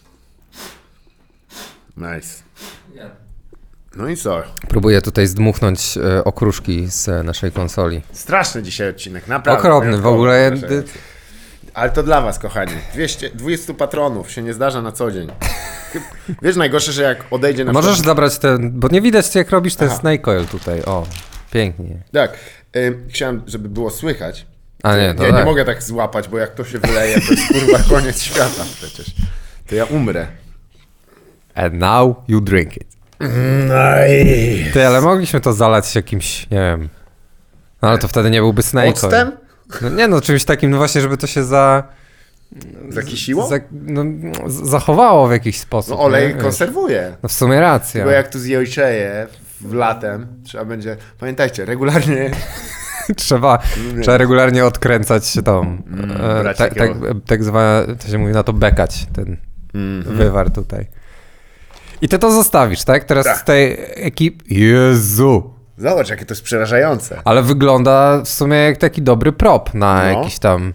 [SPEAKER 2] Nice. No i co?
[SPEAKER 1] Próbuję tutaj zdmuchnąć okruszki z naszej konsoli.
[SPEAKER 2] Straszny dzisiaj odcinek, naprawdę.
[SPEAKER 1] Okropny w ogóle.
[SPEAKER 2] Ale to dla was, kochani. 200 patronów się nie zdarza na co dzień. Wiesz, najgorsze, że jak odejdzie na
[SPEAKER 1] Możesz zabrać ten, bo nie widać jak robisz ten snake oil tutaj. O, pięknie.
[SPEAKER 2] Tak. Chciałem, żeby było słychać.
[SPEAKER 1] A nie, to
[SPEAKER 2] ja nie mogę tak złapać, bo jak to się wyleje, to jest kurwa koniec świata przecież. To ja umrę.
[SPEAKER 1] And now you drink it.
[SPEAKER 2] Nice.
[SPEAKER 1] Ty, ale mogliśmy to zalać jakimś, nie wiem. No ale to wtedy nie byłby snake oil.
[SPEAKER 2] Octem?
[SPEAKER 1] No nie no, czymś takim, no właśnie, żeby to się
[SPEAKER 2] zakisiło?
[SPEAKER 1] Zachowało w jakiś sposób.
[SPEAKER 2] No olej konserwuje.
[SPEAKER 1] No w sumie racja.
[SPEAKER 2] Bo jak tu zjojczeje w latem. Trzeba będzie, pamiętajcie, regularnie...
[SPEAKER 1] Trzeba regularnie odkręcać tą, tak zwane, to się mówi na to, bekać ten wywar tutaj. I ty to zostawisz, tak? Teraz z tej ekipy... Jezu!
[SPEAKER 2] Zobacz, jakie to jest przerażające.
[SPEAKER 1] Ale wygląda w sumie jak taki dobry prop na jakiś tam...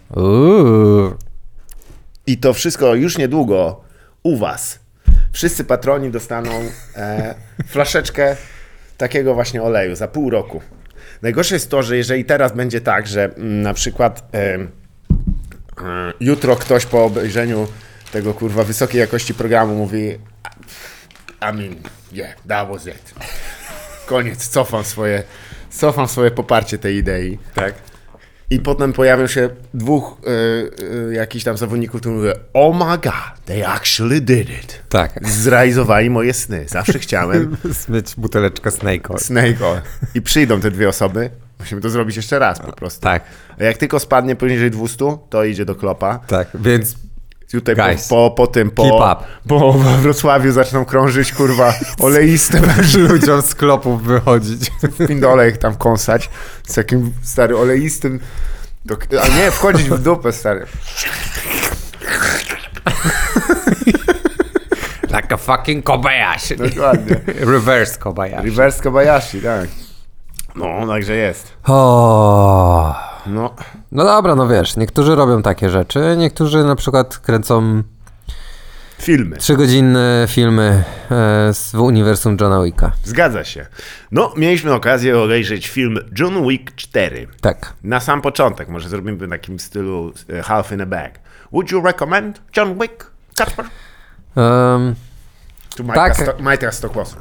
[SPEAKER 2] I to wszystko już niedługo u was. Wszyscy patroni dostaną flaszeczkę takiego właśnie oleju za pół roku. Najgorsze jest to, że jeżeli teraz będzie tak, że na przykład jutro ktoś po obejrzeniu tego kurwa wysokiej jakości programu mówi I mean, yeah, that was it. Koniec, cofam swoje poparcie tej idei. Tak. I potem pojawią się dwóch jakichś tam zawodników, którzy mówią, oh my god, they actually did it.
[SPEAKER 1] Tak.
[SPEAKER 2] Zrealizowali moje sny. Zawsze chciałem
[SPEAKER 1] mieć buteleczkę Snake Oil.
[SPEAKER 2] I przyjdą te dwie osoby. Musimy to zrobić jeszcze raz po prostu.
[SPEAKER 1] Tak.
[SPEAKER 2] A jak tylko spadnie poniżej 200, to idzie do Klopa.
[SPEAKER 1] Tak, więc
[SPEAKER 2] tutaj
[SPEAKER 1] guys,
[SPEAKER 2] po Wrocławiu zaczną krążyć, kurwa, oleiste
[SPEAKER 1] ludziom z Klopów wychodzić.
[SPEAKER 2] W pindole ich tam kąsać z takim, stary, oleistym, a nie, wchodzić w dupę, stary.
[SPEAKER 1] Like a fucking Kobayashi.
[SPEAKER 2] Dokładnie.
[SPEAKER 1] Reverse Kobayashi.
[SPEAKER 2] Reverse Kobayashi, tak. No, także jest.
[SPEAKER 1] No dobra, no wiesz, niektórzy robią takie rzeczy, niektórzy na przykład kręcą
[SPEAKER 2] filmy.
[SPEAKER 1] 3-godzinne filmy z uniwersum Johna Wicka.
[SPEAKER 2] Zgadza się. No, mieliśmy okazję obejrzeć film John Wick 4.
[SPEAKER 1] Tak.
[SPEAKER 2] Na sam początek, może zrobimy w takim stylu half in a bag. Would you recommend John Wick, Kacper?
[SPEAKER 1] Tak.
[SPEAKER 2] Majka Stokłosów.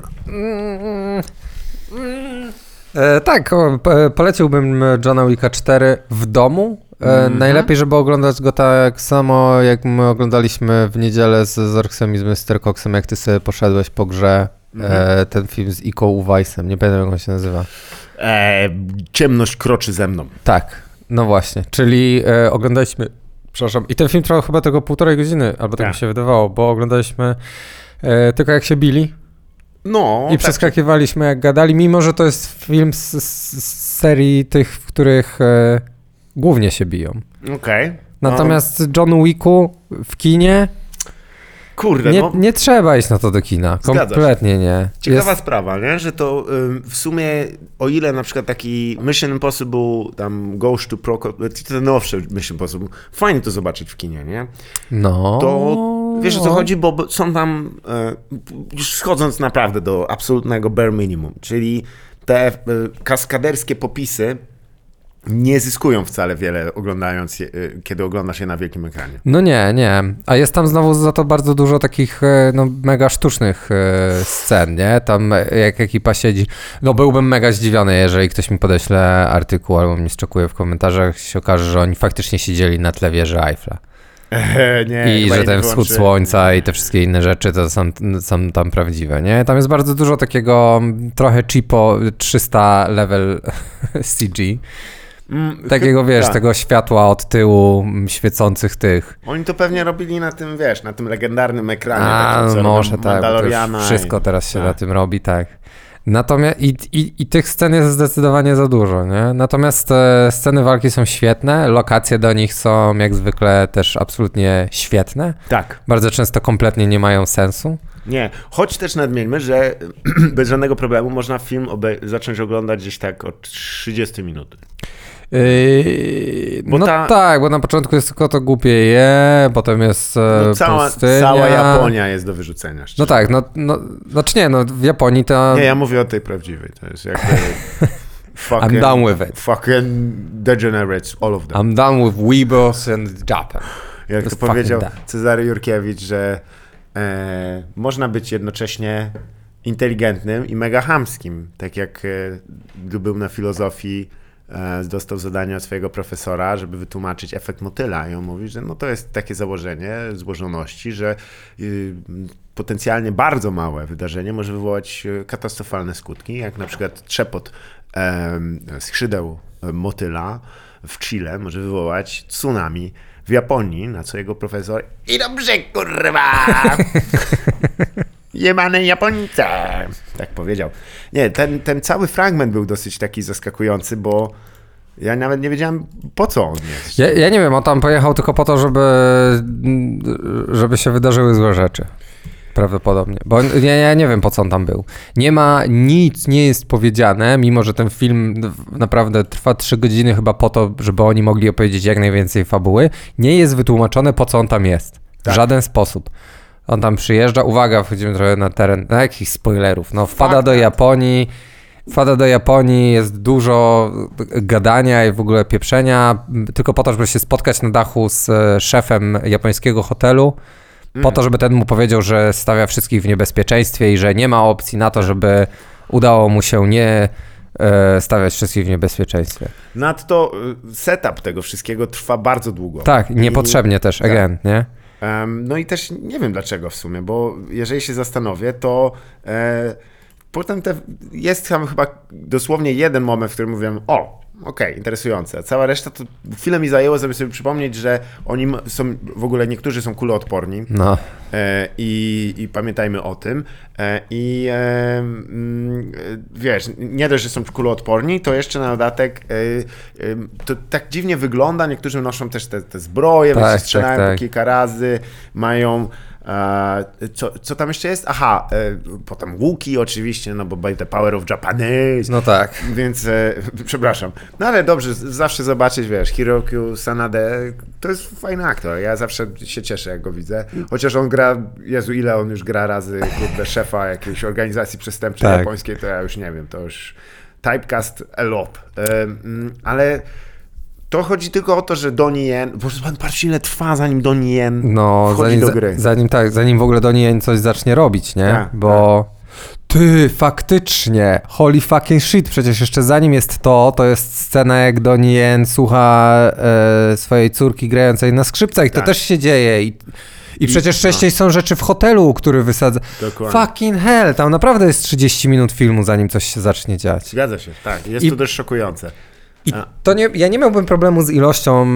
[SPEAKER 1] Tak, poleciłbym Johna Wicka 4 w domu. Najlepiej, żeby oglądać go tak samo, jak my oglądaliśmy w niedzielę z Zorksem i z Mr. Coxem, jak ty sobie poszedłeś po grze, ten film z Iko Uweissem. Nie pamiętam, jak on się nazywa.
[SPEAKER 2] Ciemność kroczy ze mną.
[SPEAKER 1] Tak, no właśnie. Czyli oglądaliśmy, przepraszam, i ten film trwał chyba tylko 1,5 godziny, albo tak mi się wydawało, bo oglądaliśmy tylko jak się bili.
[SPEAKER 2] No,
[SPEAKER 1] i przeskakiwaliśmy jak gadali, mimo że to jest film z serii tych, w których głównie się biją.
[SPEAKER 2] Okej.
[SPEAKER 1] Natomiast John Wicku w kinie
[SPEAKER 2] kurde,
[SPEAKER 1] nie trzeba iść na to do kina. Kompletnie nie.
[SPEAKER 2] Ciekawa sprawa, nie? Że to w sumie, o ile na przykład taki Mission Impossible, tam Ghost to ten nowszy Mission Impossible, fajnie to zobaczyć w kinie, nie?
[SPEAKER 1] No.
[SPEAKER 2] To wiesz, o co chodzi, bo są tam, już schodząc naprawdę do absolutnego bare minimum, czyli te kaskaderskie popisy nie zyskują wcale wiele oglądając kiedy oglądasz je na wielkim ekranie.
[SPEAKER 1] No nie. A jest tam znowu za to bardzo dużo takich mega sztucznych scen, nie? Tam jak ekipa siedzi. No byłbym mega zdziwiony, jeżeli ktoś mi podeśle artykuł albo mnie zczekuje w komentarzach, się okaże, że oni faktycznie siedzieli na tle wieży Eiffla. I że ten wschód słońca i te wszystkie inne rzeczy to są tam prawdziwe, nie? Tam jest bardzo dużo takiego trochę cheapo 300 level CG. Takiego, wiesz, tego światła od tyłu, świecących tych.
[SPEAKER 2] Oni to pewnie robili na tym, wiesz, na tym legendarnym ekranie. Takim,
[SPEAKER 1] może tak, bo wszystko teraz się na tym robi, tak. Natomiast i tych scen jest zdecydowanie za dużo, nie? Natomiast sceny walki są świetne, lokacje do nich są jak zwykle też absolutnie świetne.
[SPEAKER 2] Tak.
[SPEAKER 1] Bardzo często kompletnie nie mają sensu.
[SPEAKER 2] Nie, choć też nadmieńmy, że bez żadnego problemu można film zacząć oglądać gdzieś tak od 30 minut.
[SPEAKER 1] Tak, bo na początku jest tylko to głupie potem jest
[SPEAKER 2] cała Japonia jest do wyrzucenia. Szczerze.
[SPEAKER 1] No tak, znaczy nie, w Japonii to...
[SPEAKER 2] Nie, ja mówię o tej prawdziwej, to jest jakby...
[SPEAKER 1] I'm done with it.
[SPEAKER 2] Fucking degenerates, all of them.
[SPEAKER 1] I'm done with weebos and Japan.
[SPEAKER 2] Jak to powiedział Cezary Jurkiewicz, że można być jednocześnie inteligentnym i mega chamskim. Tak jak gdy był na filozofii, dostał zadanie od swojego profesora, żeby wytłumaczyć efekt motyla i on mówi, że no to jest takie założenie złożoności, że potencjalnie bardzo małe wydarzenie może wywołać katastrofalne skutki, jak na przykład trzepot skrzydeł motyla w Chile może wywołać tsunami w Japonii, na co jego profesor i dobrze, kurwa! Jebane Japońce! Tak powiedział. Nie, ten cały fragment był dosyć taki zaskakujący, bo ja nawet nie wiedziałem, po co on jest.
[SPEAKER 1] Ja nie wiem, on tam pojechał tylko po to, żeby się wydarzyły złe rzeczy. Prawdopodobnie. Bo ja nie wiem, po co on tam był. Nic nie jest powiedziane, mimo że ten film naprawdę trwa 3 godziny chyba po to, żeby oni mogli opowiedzieć jak najwięcej fabuły. Nie jest wytłumaczone, po co on tam jest. W żaden sposób. On tam przyjeżdża, uwaga, wchodzimy trochę na teren, na jakichś spoilerów. No, wpada do Japonii, jest dużo gadania i w ogóle pieprzenia, tylko po to, żeby się spotkać na dachu z szefem japońskiego hotelu, po to, żeby ten mu powiedział, że stawia wszystkich w niebezpieczeństwie i że nie ma opcji na to, żeby udało mu się nie stawiać wszystkich w niebezpieczeństwie.
[SPEAKER 2] Nadto setup tego wszystkiego trwa bardzo długo.
[SPEAKER 1] Tak, niepotrzebnie też, again, nie?
[SPEAKER 2] No i też nie wiem dlaczego w sumie, bo jeżeli się zastanowię, to potem jest tam chyba dosłownie jeden moment, w którym mówiłem, okej, interesujące. Cała reszta to chwilę mi zajęło, żeby sobie przypomnieć, że oni są, w ogóle niektórzy są kuloodporni.
[SPEAKER 1] No.
[SPEAKER 2] I pamiętajmy o tym. Wiesz, nie dość, że są kuloodporni, to jeszcze na dodatek to tak dziwnie wygląda. Niektórzy noszą też te zbroje, więc się strzelają po kilka razy, mają... Co tam jeszcze jest? Aha, potem łuki oczywiście, no bo by the power of Japanese.
[SPEAKER 1] No tak.
[SPEAKER 2] Więc, przepraszam. No ale dobrze, zawsze zobaczyć, wiesz, Hiroki Sanade, to jest fajny aktor. Ja zawsze się cieszę, jak go widzę. Chociaż on gra, Jezu, ile on już gra razy, kurde, szefa jakiejś organizacji przestępczej japońskiej, to ja już nie wiem, to już typecast a lot. Ale... To chodzi tylko o to, że Donnie Yen... Boże, pan patrzy, ile trwa, zanim Donnie Yen wchodzi do gry.
[SPEAKER 1] Zanim w ogóle Donnie Yen coś zacznie robić, nie? Bo... Ty, faktycznie, holy fucking shit, przecież jeszcze zanim jest to jest scena, jak Donnie Yen słucha swojej córki grającej na skrzypcach i to też się dzieje i przecież częściej są rzeczy w hotelu, który wysadza. Dokładnie. Fucking hell, tam naprawdę jest 30 minut filmu, zanim coś się zacznie dziać.
[SPEAKER 2] Zgadza się, tak, jest to też szokujące.
[SPEAKER 1] I to ja nie miałbym problemu z ilością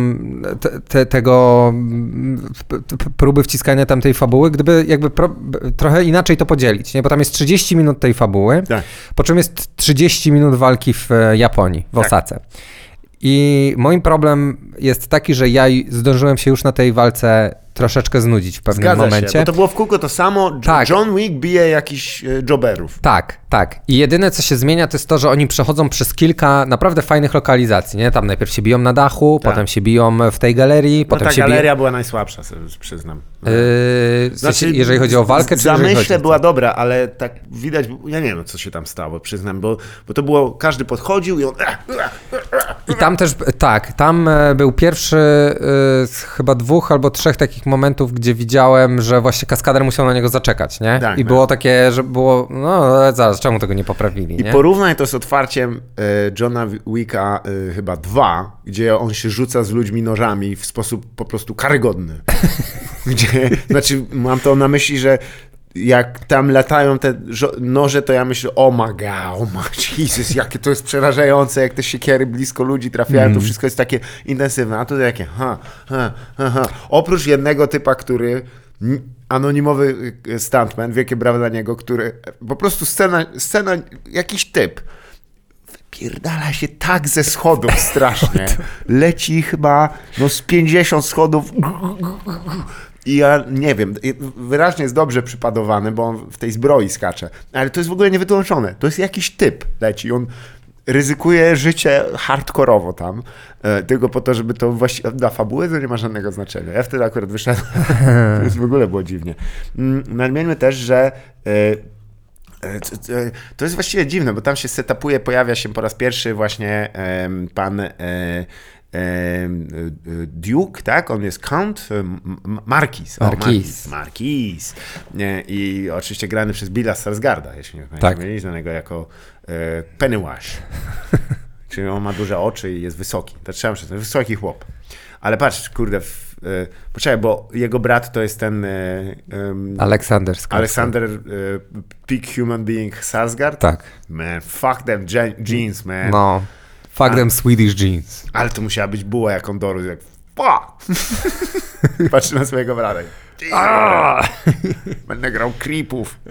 [SPEAKER 1] tego próby wciskania tamtej fabuły, gdyby jakby trochę inaczej to podzielić, nie? Bo tam jest 30 minut tej fabuły, po czym jest 30 minut walki w Japonii, w Osace. I moim problem jest taki, że ja zdążyłem się już na tej walce troszeczkę znudzić w pewnym momencie.
[SPEAKER 2] Się, bo to było w kółko to samo. John Wick bije jakichś jobberów.
[SPEAKER 1] Tak. I jedyne, co się zmienia, to jest to, że oni przechodzą przez kilka naprawdę fajnych lokalizacji, nie? Tam najpierw się biją na dachu, potem się biją w tej galerii, potem
[SPEAKER 2] ta
[SPEAKER 1] się
[SPEAKER 2] galeria była najsłabsza, przyznam.
[SPEAKER 1] Znaczy, jeżeli chodzi o walkę, czy
[SPEAKER 2] zamyśle była dobra, ale tak widać, ja nie wiem, co się tam stało, przyznam, bo to było, każdy podchodził i on...
[SPEAKER 1] I tam też, tam był pierwszy z chyba 2 albo 3 takich momentów, gdzie widziałem, że właśnie kaskader musiał na niego zaczekać, nie? I było takie, że było, zaraz, czemu tego nie poprawili, nie?
[SPEAKER 2] I porównaj to z otwarciem Johna Wicka chyba 2, gdzie on się rzuca z ludźmi nożami w sposób po prostu karygodny. Znaczy, mam to na myśli, że jak tam latają te noże, to ja myślę, oh my Jesus, jakie to jest przerażające, jak te siekiery blisko ludzi trafiają, to wszystko jest takie intensywne, a tutaj takie Oprócz jednego typa, który, anonimowy stuntman, wielkie brawa dla niego, który, po prostu scena jakiś typ, wypierdala się tak ze schodów strasznie, leci chyba z 50 schodów, i ja nie wiem, wyraźnie jest dobrze przypadowany, bo on w tej zbroi skacze, ale to jest w ogóle niewytłumaczone. To jest jakiś typ leci, on ryzykuje życie hardkorowo tam, tylko po to, żeby to właściwie, dla fabuły to nie ma żadnego znaczenia. Ja wtedy akurat wyszedłem, to już w ogóle było dziwnie. Nadmieńmy też, że to jest właściwie dziwne, bo tam się setupuje, pojawia się po raz pierwszy właśnie pan... Duke, tak? On jest Count Marquis. I oczywiście grany przez Billa Skarsgarda, jeśli nie pamiętam, znanego jako Pennywise. Czyli on ma duże oczy i jest wysoki. To trzeba przyznać, wysoki chłop. Ale patrz, kurde, poczekaj, bo jego brat to jest ten...
[SPEAKER 1] Alexander
[SPEAKER 2] Peak Human Being Skarsgård.
[SPEAKER 1] Tak.
[SPEAKER 2] Man, fuck them jeans, man.
[SPEAKER 1] No. Fuck them Swedish jeans.
[SPEAKER 2] Ale to musiała być buła jak on dorósł, jak fuck! Patrzy na swojego brata. Będę grał creepów.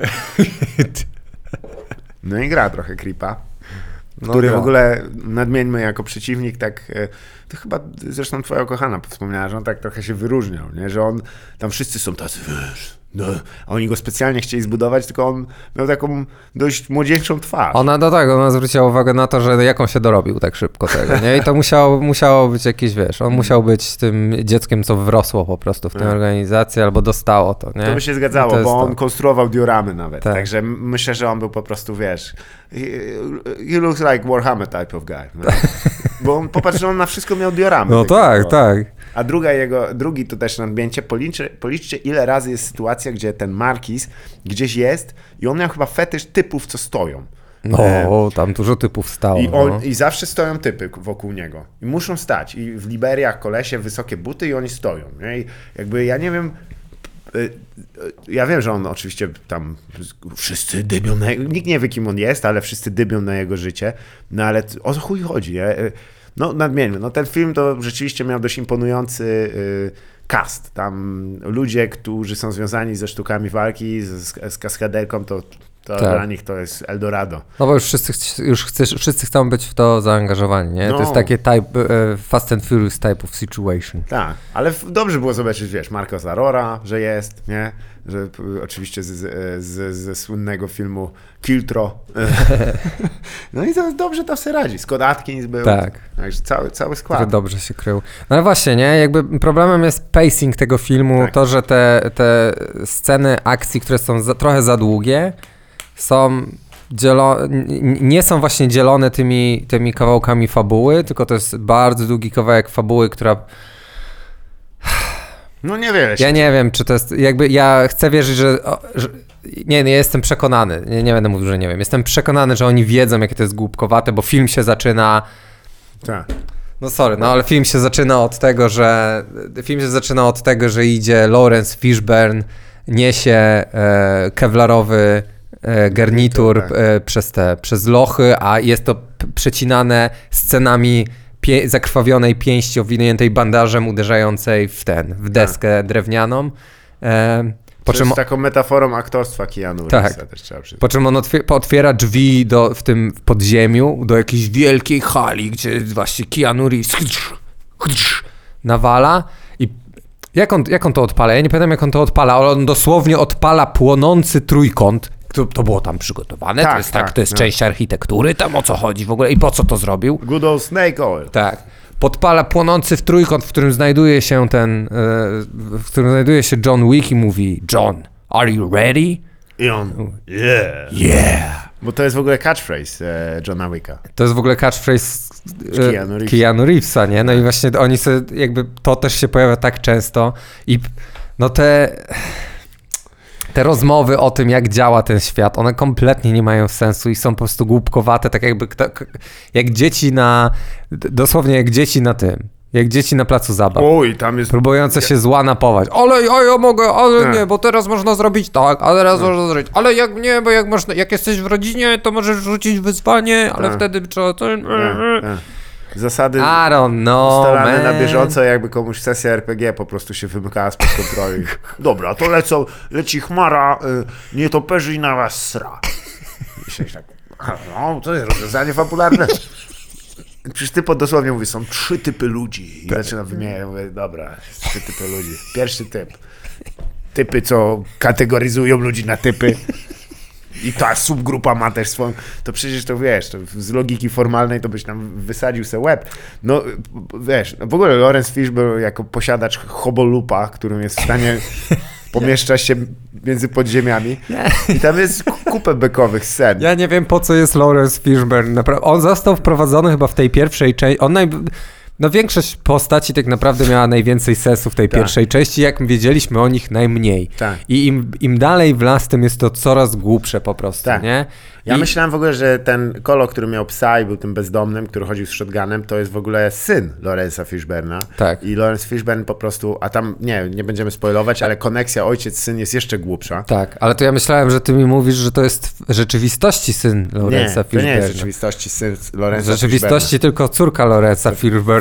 [SPEAKER 2] No i gra trochę creepa. Który w ogóle nadmieńmy jako przeciwnik, tak, to chyba zresztą twoja kochana wspomniała, że on tak trochę się wyróżniał, nie? Że on, tam wszyscy są tacy, wiesz, no, a oni go specjalnie chcieli zbudować, tylko on miał taką dość młodzieńczą twarz.
[SPEAKER 1] Ona zwróciła uwagę na to, że jak on się dorobił tak szybko tego, nie? I to musiało być jakieś, wiesz, on musiał być tym dzieckiem, co wrosło po prostu w tej organizacji, albo dostało to, nie?
[SPEAKER 2] To by się zgadzało, bo on konstruował dioramy nawet, także myślę, że on był po prostu, wiesz, he looks like Warhammer type of guy, no? Bo on, popatrz, że on na wszystko miał dioramy.
[SPEAKER 1] No tak.
[SPEAKER 2] A drugi to też nadmięcie, policzcie ile razy jest sytuacja, gdzie ten Marquis gdzieś jest i on miał chyba fetysz typów, co stoją.
[SPEAKER 1] No, tam dużo typów stało.
[SPEAKER 2] I zawsze stoją typy wokół niego. I muszą stać. I w Liberiach kolesie wysokie buty i oni stoją. Nie? I jakby ja nie wiem... Ja wiem, że on oczywiście tam wszyscy dybią na jego... Nikt nie wie, kim on jest, ale wszyscy dybią na jego życie. No ale o co chuj chodzi, nie? No nadmieńmy. No ten film to rzeczywiście miał dość imponujący cast. Tam ludzie, którzy są związani ze sztukami walki, z kaskaderką, to dla nich to jest Eldorado.
[SPEAKER 1] No bo już wszyscy chcą być w to zaangażowani, nie? To jest takie Fast and Furious type of situation.
[SPEAKER 2] Tak, ale dobrze było zobaczyć, wiesz, Marcos Arora, że jest, nie? Że oczywiście ze słynnego filmu Kiltro. No i dobrze to sobie radzi. Scott Adkins był. Tak. Także cały skład.
[SPEAKER 1] Który dobrze się krył. No ale właśnie, nie? Jakby problemem jest pacing tego filmu, to, że te sceny akcji, które są trochę za długie, nie są właśnie dzielone tymi kawałkami fabuły, tylko to jest bardzo długi kawałek fabuły, która...
[SPEAKER 2] No niewiele się...
[SPEAKER 1] Ja nie wiem, czy to jest... Jakby ja chcę wierzyć, że nie jestem przekonany. Nie będę mówił, że nie wiem. Jestem przekonany, że oni wiedzą, jakie to jest głupkowate, bo film się zaczyna...
[SPEAKER 2] Tak.
[SPEAKER 1] No sorry, ale film się zaczyna od tego, że idzie Lawrence Fishburne, niesie kewlarowy garnitur przez lochy, a jest to przecinane scenami zakrwawionej pięści owiniętej bandażem uderzającej w deskę drewnianą.
[SPEAKER 2] To jest taką metaforą aktorstwa Keanu Reevesa też trzeba przyznać.
[SPEAKER 1] Po czym on otwiera drzwi w tym podziemiu do jakiejś wielkiej hali, gdzie właśnie Keanu Reeves nawala i jak on to odpala? Ja nie pamiętam, jak on to odpala, ale on dosłownie odpala płonący trójkąt. To było tam przygotowane, to jest część architektury, tam o co chodzi w ogóle i po co to zrobił.
[SPEAKER 2] Good old snake oil.
[SPEAKER 1] Tak. Podpala płonący w trójkąt, w którym znajduje się John Wick i mówi: John, are you ready?
[SPEAKER 2] I on,
[SPEAKER 1] yeah.
[SPEAKER 2] Bo to jest w ogóle catchphrase Johna Wicka.
[SPEAKER 1] To jest w ogóle catchphrase Keanu Reevesa, nie? No i właśnie oni sobie jakby, to też się pojawia tak często i no te rozmowy o tym, jak działa ten świat, one kompletnie nie mają sensu i są po prostu głupkowate, tak jakby jak dzieci dosłownie jak dzieci jak dzieci na placu zabaw.
[SPEAKER 2] Oj, tam jest...
[SPEAKER 1] Próbujące się zła napować. Ale ja mogę, nie, bo teraz można zrobić tak, a teraz można zrobić. Ale jak nie, bo jak jesteś w rodzinie, to możesz rzucić wyzwanie, ale wtedy trzeba...
[SPEAKER 2] Zasady ustalane na bieżąco, jakby komuś sesja RPG po prostu się wymykała spod kontroli. Dobra, to leci chmara, nietoperzy i na was sra. Myślisz tak, no to jest rozwiązanie fabularne. Przecież dosłownie mówi, są 3 typy ludzi. I zaczynam wymieniać, mówię, dobra, 3 typy ludzi. Pierwszy typ. Typy, co kategoryzują ludzi na typy. I ta subgrupa ma też swoją, to przecież to wiesz, to z logiki formalnej to byś tam wysadził se łeb. No wiesz, w ogóle Lawrence Fishburne jako posiadacz hobolupa, którym jest w stanie pomieszczać się między podziemiami i tam jest kupę bekowych scen.
[SPEAKER 1] Ja nie wiem, po co jest Lawrence Fishburne. On został wprowadzony chyba w tej pierwszej części. No większość postaci tak naprawdę miała najwięcej sensu w tej pierwszej części, jak wiedzieliśmy o nich najmniej.
[SPEAKER 2] Tak.
[SPEAKER 1] I im dalej w las, tym jest to coraz głupsze po prostu, nie?
[SPEAKER 2] Ja myślałem w ogóle, że ten kolo, który miał psa i był tym bezdomnym, który chodził z shotgunem, to jest w ogóle syn Lawrence'a Fishburne'a.
[SPEAKER 1] Tak.
[SPEAKER 2] I Lawrence Fishburne po prostu, a tam nie będziemy spoilować, ale koneksja ojciec-syn jest jeszcze głupsza.
[SPEAKER 1] Tak, ale to ja myślałem, że ty mi mówisz, że to jest w rzeczywistości syn Lawrence'a Fishburne'a.
[SPEAKER 2] To nie jest w rzeczywistości syn Lawrence'a Fishburne'a.
[SPEAKER 1] W rzeczywistości tylko córka Lawrence'a Fishburne'a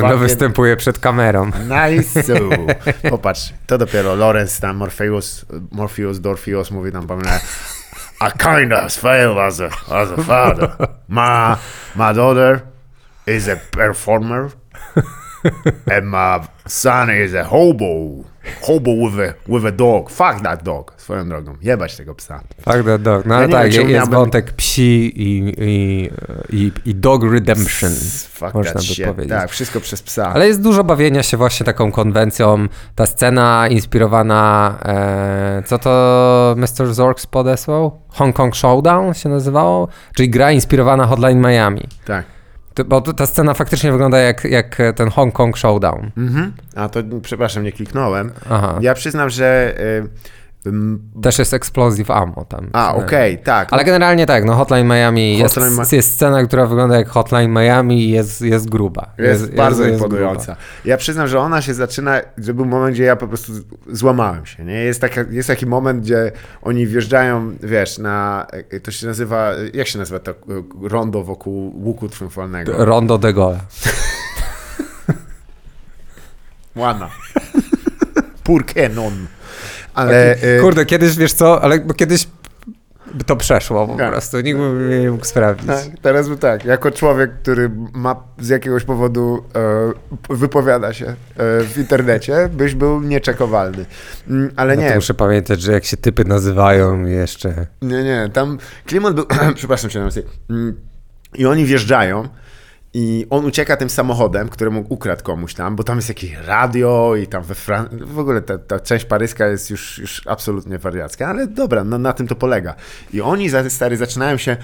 [SPEAKER 1] Dopiero występuje przed kamerą.
[SPEAKER 2] Nice. Popatrz, to dopiero Lawrence tam, Morpheus mówi tam, pamiętam, I kind of failed as a father. My daughter is a performer and my son is a hobo with a dog. Fuck that dog, swoją drogą. Jebać tego psa.
[SPEAKER 1] Fuck that dog. No ale tak, jest wątek psi i dog redemption.
[SPEAKER 2] Fuck
[SPEAKER 1] można
[SPEAKER 2] that
[SPEAKER 1] by
[SPEAKER 2] shit.
[SPEAKER 1] powiedzieć.
[SPEAKER 2] Tak, wszystko przez psa.
[SPEAKER 1] Ale jest dużo bawienia się właśnie taką konwencją. Ta scena inspirowana, co to Mr. Zorks podesłał? Hong Kong Showdown się nazywało? Czyli gra inspirowana Hotline Miami.
[SPEAKER 2] Tak.
[SPEAKER 1] Bo ta scena faktycznie wygląda jak ten Hong Kong Showdown.
[SPEAKER 2] A to, przepraszam, nie kliknąłem.
[SPEAKER 1] Aha.
[SPEAKER 2] Ja przyznam, że...
[SPEAKER 1] Też jest Explosive Ammo tam.
[SPEAKER 2] Okej, tak.
[SPEAKER 1] Ale generalnie tak, no Hotline Miami jest scena, która wygląda jak Hotline Miami i jest gruba.
[SPEAKER 2] Jest bardzo imponująca. Ja przyznam, że ona się zaczyna, że był moment, gdzie ja po prostu złamałem się. Nie? Jest taki moment, gdzie oni wjeżdżają, wiesz, to się nazywa, jak się nazywa to rondo wokół łuku triumfalnego?
[SPEAKER 1] Rondo de Gaulle.
[SPEAKER 2] Ładna. Pour que non. Ale,
[SPEAKER 1] kurde, kiedyś, wiesz co, bo kiedyś by to przeszło po prostu, nikt by nie mógł sprawdzić.
[SPEAKER 2] Tak, teraz by tak, jako człowiek, który ma z jakiegoś powodu wypowiada się w internecie, byś był nieczekowalny. Ale nie.
[SPEAKER 1] Muszę pamiętać, że jak się typy nazywają jeszcze...
[SPEAKER 2] Nie, tam klimat był, przepraszam cię, i oni wjeżdżają i on ucieka tym samochodem, który mógł ukradł komuś tam, bo tam jest jakieś radio i tam w ogóle ta część paryska jest już absolutnie wariacka, ale dobra, no na tym to polega. I oni zaczynają się,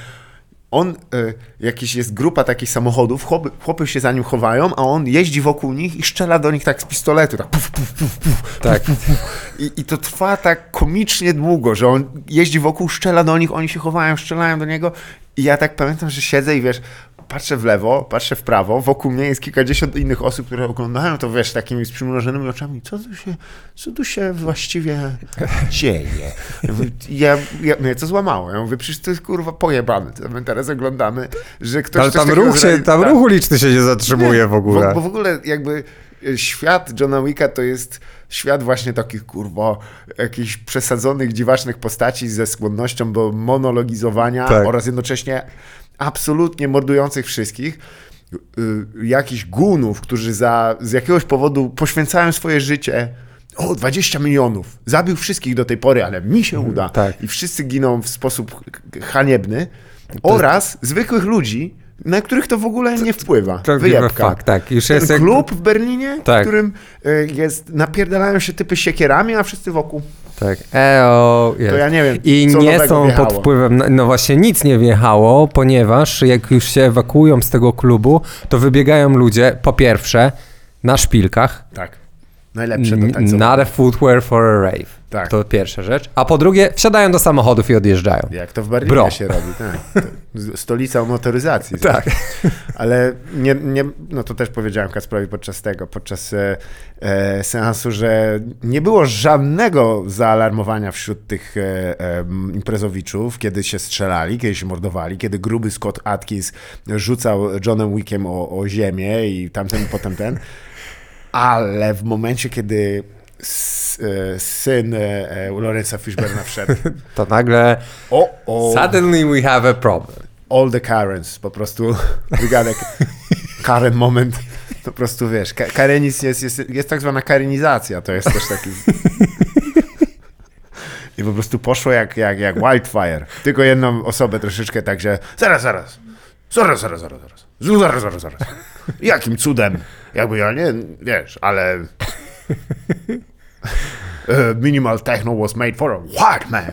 [SPEAKER 2] jest grupa takich samochodów, chłopy się za nim chowają, a on jeździ wokół nich i strzela do nich tak z pistoletu, tak puf, puf, puf, puf,
[SPEAKER 1] tak.
[SPEAKER 2] Puf, puf. I to trwa tak komicznie długo, że on jeździ wokół, strzela do nich, oni się chowają, strzelają do niego i ja tak pamiętam, że siedzę i wiesz, patrzę w lewo, patrzę w prawo, wokół mnie jest kilkadziesiąt innych osób, które oglądają to, wiesz, takimi z przymrużonymi oczami. Co tu się właściwie dzieje? Mnie to złamało. Ja mówię, przecież to jest kurwa pojebane, co my teraz oglądamy, że ktoś...
[SPEAKER 1] Ale tam ruch uliczny się nie zatrzymuje w ogóle.
[SPEAKER 2] Bo w ogóle jakby świat Johna Wicka to jest świat właśnie takich, kurwa, jakichś przesadzonych, dziwacznych postaci ze skłonnością do monologizowania oraz jednocześnie absolutnie mordujących wszystkich, jakichś gunów, którzy z jakiegoś powodu poświęcają swoje życie. 20 milionów. Zabił wszystkich do tej pory, ale mi się uda.
[SPEAKER 1] Tak.
[SPEAKER 2] I wszyscy giną w sposób haniebny. Oraz zwykłych ludzi, na których to w ogóle nie wpływa. Wyjebka.
[SPEAKER 1] Tak. Już
[SPEAKER 2] Ten
[SPEAKER 1] jest
[SPEAKER 2] klub w Berlinie, w którym napierdalają się typy siekierami, a wszyscy wokół.
[SPEAKER 1] Tak.
[SPEAKER 2] To ja nie wiem,
[SPEAKER 1] i
[SPEAKER 2] co
[SPEAKER 1] nie są
[SPEAKER 2] wjechało.
[SPEAKER 1] pod wpływem, no właśnie nic nie wjechało, ponieważ jak już się ewakuują z tego klubu, to wybiegają ludzie, po pierwsze, na szpilkach.
[SPEAKER 2] Tak. Najlepsze to tańcowanie.
[SPEAKER 1] Not a footwear for a rave.
[SPEAKER 2] Tak.
[SPEAKER 1] To pierwsza rzecz. A po drugie, wsiadają do samochodów i odjeżdżają.
[SPEAKER 2] Jak to w Berlinie się robi, tak. Stolica motoryzacji.
[SPEAKER 1] Tak.
[SPEAKER 2] Ale no to też powiedziałem Kacprowi podczas seansu, że nie było żadnego zaalarmowania wśród tych imprezowiczów, kiedy się strzelali, kiedy się mordowali, kiedy gruby Scott Adkins rzucał Johnem Wickiem o ziemię i potem ten. Ale w momencie, kiedy syn Lawrence'a Fishburna wszedł,
[SPEAKER 1] to nagle suddenly we have a problem.
[SPEAKER 2] All the Karens, po prostu wygadek, Karen moment, po prostu wiesz, Karenizm jest tak zwana karenizacja, to jest też taki... I po prostu poszło jak wildfire. Tylko jedną osobę troszeczkę tak, że zaraz. Jakim cudem? Jakby ja nie, wiesz, ale... minimal techno was made for a white man.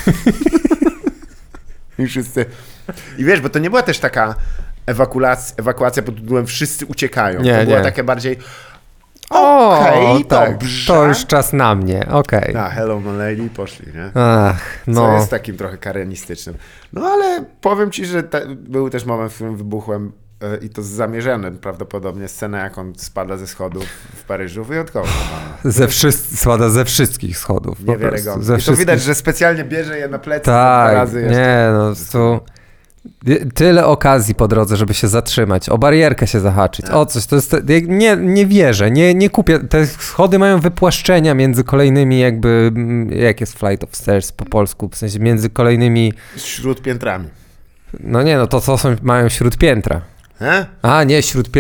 [SPEAKER 2] I wszyscy... I wiesz, bo to nie była też taka ewakuacja pod tytułem wszyscy uciekają. To była takie bardziej... Okej, dobrze.
[SPEAKER 1] To już czas na mnie, okej.
[SPEAKER 2] Hello my lady, poszli, nie?
[SPEAKER 1] Ach, no.
[SPEAKER 2] Co jest takim trochę karenistycznym. No ale powiem ci, że był też moment, w którym wybuchłem i to zamierzone prawdopodobnie scena, jak on spada ze schodów w Paryżu, wyjątkowo.
[SPEAKER 1] Spada ze wszystkich schodów.
[SPEAKER 2] Niewiarygodne. I to widać, że specjalnie bierze je na plecy
[SPEAKER 1] tak,
[SPEAKER 2] dwa razy jeszcze.
[SPEAKER 1] Nie, no to... Tyle okazji po drodze, żeby się zatrzymać, o barierkę się zahaczyć, o coś, to jest, nie wierzę, nie kupię, te schody mają wypłaszczenia między kolejnymi jakby, jak jest flight of stairs po polsku, w sensie między kolejnymi...
[SPEAKER 2] Śródpiętrami.
[SPEAKER 1] No nie, no to co mają śródpiętra? A, nie,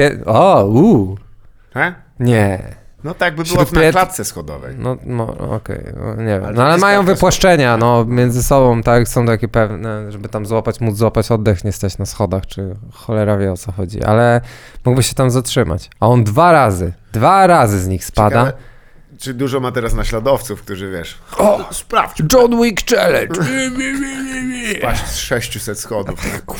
[SPEAKER 1] Nie.
[SPEAKER 2] No tak by było na klatce schodowej.
[SPEAKER 1] No okej, no, nie wiem. No ale mają wypłaszczenia, no między sobą, tak, są takie pewne, żeby tam móc złapać oddech, nie stać na schodach, czy cholera wie o co chodzi, ale mógłby się tam zatrzymać. A on dwa razy z nich spada.
[SPEAKER 2] Ciekawe, czy dużo ma teraz naśladowców, którzy wiesz, sprawdź.
[SPEAKER 1] John Wick Challenge!
[SPEAKER 2] Paść z 600 schodów.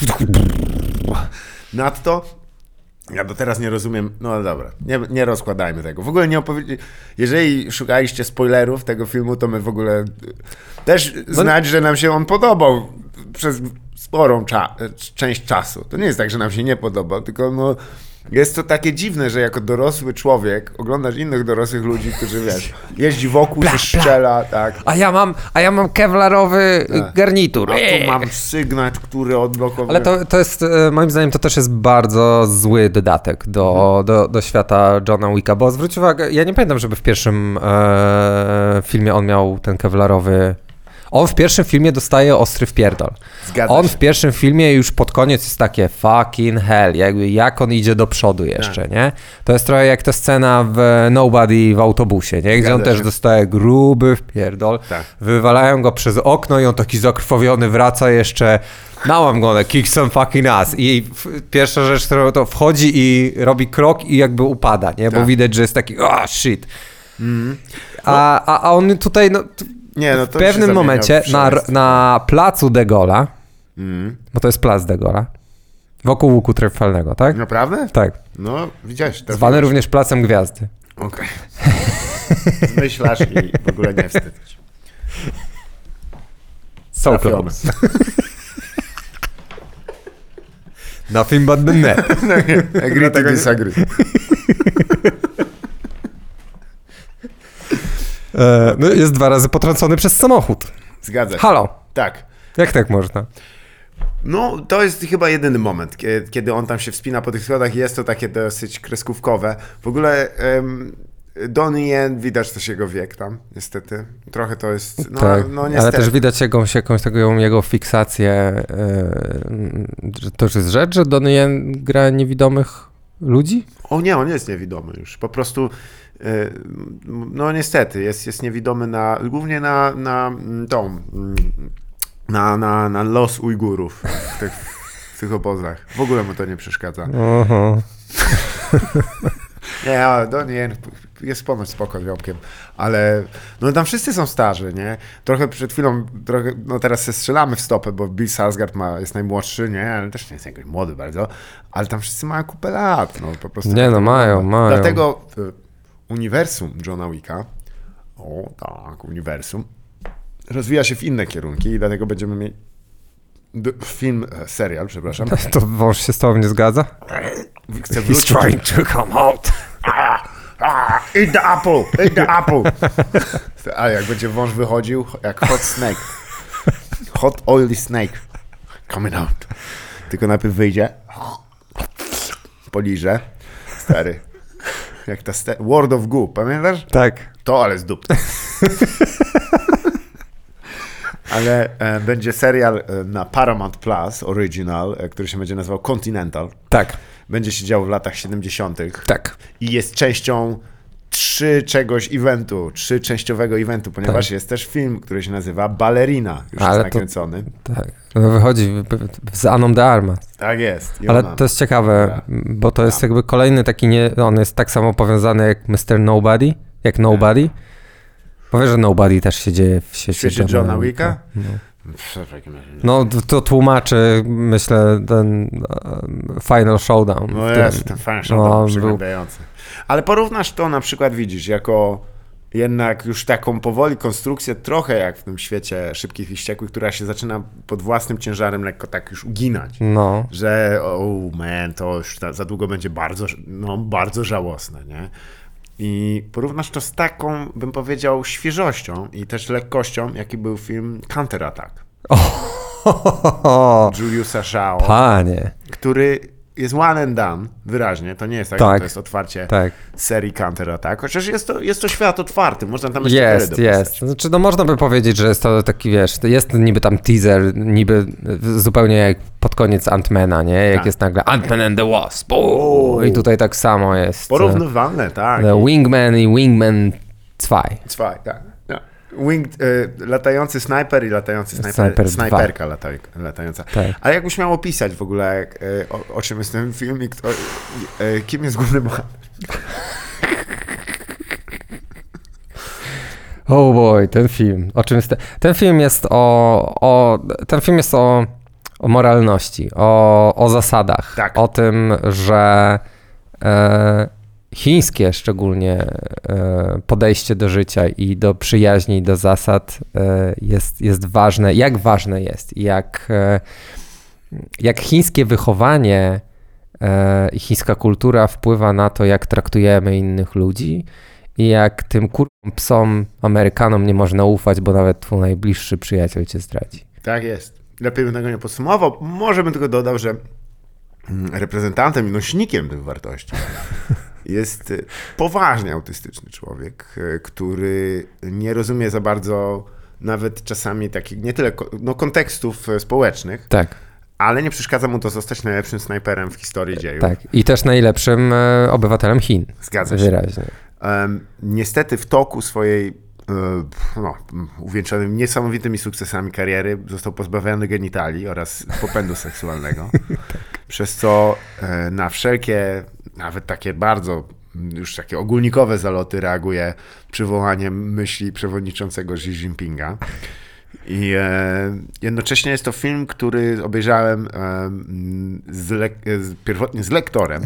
[SPEAKER 2] Nadto ja do teraz nie rozumiem, no dobra, nie rozkładajmy tego. W ogóle nie jeżeli szukaliście spoilerów tego filmu, to my w ogóle też znać, że nam się on podobał przez sporą część czasu. To nie jest tak, że nam się nie podobał, tylko no jest to takie dziwne, że jako dorosły człowiek oglądasz innych dorosłych ludzi, którzy wiesz, jeździ wokół, się strzela, tak.
[SPEAKER 1] A ja mam kewlarowy garnitur.
[SPEAKER 2] A tu mam sygnał, który odblokowuje.
[SPEAKER 1] Ale to jest, moim zdaniem, to też jest bardzo zły dodatek do świata Johna Wicka, bo zwróć uwagę, ja nie pamiętam, żeby w pierwszym filmie on miał ten kewlarowy... On w pierwszym filmie dostaje ostry wpierdol. On w pierwszym filmie już pod koniec jest takie fucking hell, jakby jak on idzie do przodu jeszcze, nie? To jest trochę jak ta scena w Nobody w autobusie, nie? Gdzie on też dostaje gruby wpierdol, wywalają go przez okno i on taki zakrwawiony wraca jeszcze, now I'm gonna kick some fucking ass. I pierwsza rzecz, którą to wchodzi i robi krok i jakby upada, nie? Bo widać, że jest taki, shit. A on tutaj, w pewnym momencie na placu de Gaulle'a, bo to jest plac de Gaulle'a, wokół łuku triumfalnego, tak?
[SPEAKER 2] Naprawdę?
[SPEAKER 1] Tak.
[SPEAKER 2] No, widziałeś.
[SPEAKER 1] Zwany również Placem Gwiazdy.
[SPEAKER 2] Okej. Zmyślasz i w ogóle nie wstyd.
[SPEAKER 1] So close. Nothing but the net.
[SPEAKER 2] Agree to disagree.
[SPEAKER 1] No jest 2 razy potrącony przez samochód.
[SPEAKER 2] Zgadza się.
[SPEAKER 1] Halo.
[SPEAKER 2] Tak.
[SPEAKER 1] Jak tak można?
[SPEAKER 2] No, to jest chyba jedyny moment, kiedy on tam się wspina po tych schodach i jest to takie dosyć kreskówkowe. W ogóle Donnie Yen, widać też jego wiek tam, niestety. Trochę to jest, no niestety.
[SPEAKER 1] Ale też widać jakąś taką jego fiksację. To już jest rzecz, że Donnie Yen gra niewidomych ludzi?
[SPEAKER 2] O nie, on jest niewidomy już. Po prostu no niestety, jest niewidomy głównie na los Ujgurów w tych obozach. W ogóle mu to nie przeszkadza. Nie, Donnie jest ponoć spoko ziomkiem, ale no tam wszyscy są starzy, nie? Trochę przed chwilą, no teraz się strzelamy w stopę, bo Bill Skarsgård jest najmłodszy, nie? Ale też nie jest jakoś młody bardzo, ale tam wszyscy mają kupę lat, no po prostu.
[SPEAKER 1] Nie, no mają.
[SPEAKER 2] Dlatego uniwersum Johna Wicka, uniwersum, rozwija się w inne kierunki i dlatego będziemy mieć serial, przepraszam.
[SPEAKER 1] To wąż się z tobą nie zgadza?
[SPEAKER 2] Chcę wrócić. He's trying to come out. Eat the apple, eat the apple. A jak będzie wąż wychodził, jak hot snake. Hot oily snake. Coming out. Tylko najpierw wyjdzie, poliże. Stary. Jak ta World of Goo, pamiętasz?
[SPEAKER 1] Tak.
[SPEAKER 2] To ale z dupy. Ale będzie serial na Paramount Plus Original, który się będzie nazywał Continental.
[SPEAKER 1] Tak.
[SPEAKER 2] Będzie się działo w latach 70.
[SPEAKER 1] Tak.
[SPEAKER 2] I jest częścią trzyczęściowego eventu, ponieważ jest też film, który się nazywa Ballerina, już jest nakręcony.
[SPEAKER 1] Tak. No wychodzi z Aną de Armas.
[SPEAKER 2] Tak jest.
[SPEAKER 1] Ale to jest ciekawe, bo to jest jakby kolejny taki, on jest tak samo powiązany jak Mr. Nobody, jak Nobody. Powiesz, że Nobody też się dzieje w świecie
[SPEAKER 2] Johna Wicka?
[SPEAKER 1] No to tłumaczy, myślę, ten Final Showdown.
[SPEAKER 2] No jest, ten Final Showdown przygnębiający. Ale porównasz to na przykład, widzisz, jako jednak już taką powoli konstrukcję, trochę jak w tym świecie Szybkich i Wściekłych, która się zaczyna pod własnym ciężarem lekko tak już uginać.
[SPEAKER 1] No.
[SPEAKER 2] Że to już za długo będzie bardzo żałosne, nie? I porównasz to z taką, bym powiedział, świeżością i też lekkością, jaki był film Counter Attack. Juliusa Shao.
[SPEAKER 1] Panie.
[SPEAKER 2] Który jest one and done, wyraźnie. To nie jest tak, że to jest otwarcie serii Counter Attack. Chociaż jest to świat otwarty, można tam jeszcze wiele dopisać.
[SPEAKER 1] Jest. Znaczy, no można by powiedzieć, że jest to taki, wiesz, to jest niby tam teaser, niby zupełnie jak pod koniec Ant-Mana, nie? Jak jest nagle Ant-Man and the Wasp. I tutaj tak samo jest.
[SPEAKER 2] Porównywalne, tak.
[SPEAKER 1] Wingman i Wingman 2.
[SPEAKER 2] Tak. Latający snajper i latający snajperka latająca. Tak. Ale jakbyś miał opisać w ogóle, o czym jest ten film i kim jest główny bohater?
[SPEAKER 1] Oh boy, ten film. O czym jest ten film jest ten film jest o moralności, o zasadach,
[SPEAKER 2] tak.
[SPEAKER 1] O tym, że chińskie szczególnie podejście do życia i do przyjaźni, do zasad jest ważne. Jak ważne jest, jak chińskie wychowanie i chińska kultura wpływa na to, jak traktujemy innych ludzi i jak tym psom Amerykanom nie można ufać, bo nawet twój najbliższy przyjaciel cię zdradzi.
[SPEAKER 2] Tak jest. Lepiej bym tego nie podsumował. Może bym tylko dodał, że reprezentantem i nośnikiem tych wartości jest poważnie autystyczny człowiek, który nie rozumie za bardzo nawet czasami takich, nie tyle kontekstów społecznych,
[SPEAKER 1] tak.
[SPEAKER 2] Ale nie przeszkadza mu to zostać najlepszym snajperem w historii dziejów.
[SPEAKER 1] Tak, i też najlepszym obywatelem Chin.
[SPEAKER 2] Zgadza się.
[SPEAKER 1] Wyraźnie.
[SPEAKER 2] Niestety w toku swojej uwieńczonym niesamowitymi sukcesami kariery został pozbawiony genitali oraz popędu seksualnego, przez co na wszelkie, nawet takie bardzo już takie ogólnikowe zaloty reaguje przywołaniem myśli przewodniczącego Xi Jinpinga. I jednocześnie jest to film, który obejrzałem pierwotnie z lektorem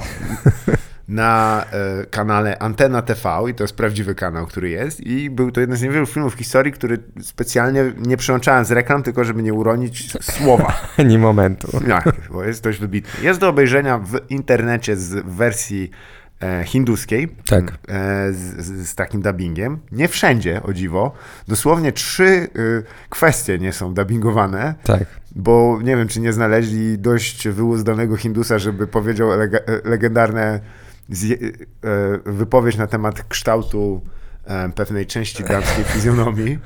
[SPEAKER 2] na kanale Antena TV i to jest prawdziwy kanał, który jest i był to jeden z niewielu filmów w historii, który specjalnie nie przełączałem z reklam, tylko żeby nie uronić słowa.
[SPEAKER 1] Ani momentu.
[SPEAKER 2] Tak, bo jest dość wybitny. Jest do obejrzenia w internecie z wersji hinduskiej,
[SPEAKER 1] tak.
[SPEAKER 2] z takim dubbingiem. Nie wszędzie, o dziwo. Dosłownie 3 kwestie nie są dubbingowane,
[SPEAKER 1] tak.
[SPEAKER 2] Bo nie wiem, czy nie znaleźli dość wyuzdanego Hindusa, żeby powiedział legendarne wypowiedź na temat kształtu pewnej części damskiej fizjonomii.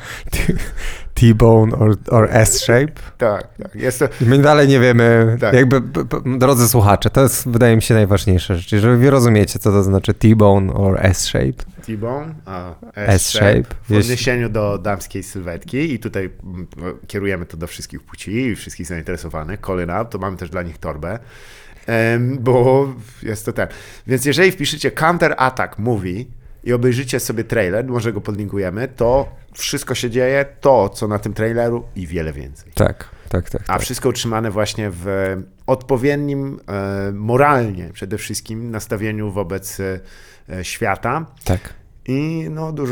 [SPEAKER 1] T-bone or S-shape.
[SPEAKER 2] Tak. Jest to...
[SPEAKER 1] My dalej nie wiemy,
[SPEAKER 2] tak.
[SPEAKER 1] Jakby, drodzy słuchacze, to jest, wydaje mi się, najważniejsza rzecz. Jeżeli wy rozumiecie, co to znaczy T-bone or S-shape.
[SPEAKER 2] T-bone, a S-shape. W odniesieniu do damskiej sylwetki i tutaj kierujemy to do wszystkich płci i wszystkich zainteresowanych. Call out, to mamy też dla nich torbę. Bo jest to ten. Więc jeżeli wpiszecie Counter Attack Movie i obejrzycie sobie trailer, może go podlinkujemy, to wszystko się dzieje, to co na tym traileru i wiele więcej.
[SPEAKER 1] Tak.
[SPEAKER 2] A wszystko utrzymane właśnie w odpowiednim, moralnie przede wszystkim nastawieniu wobec świata.
[SPEAKER 1] Tak.
[SPEAKER 2] I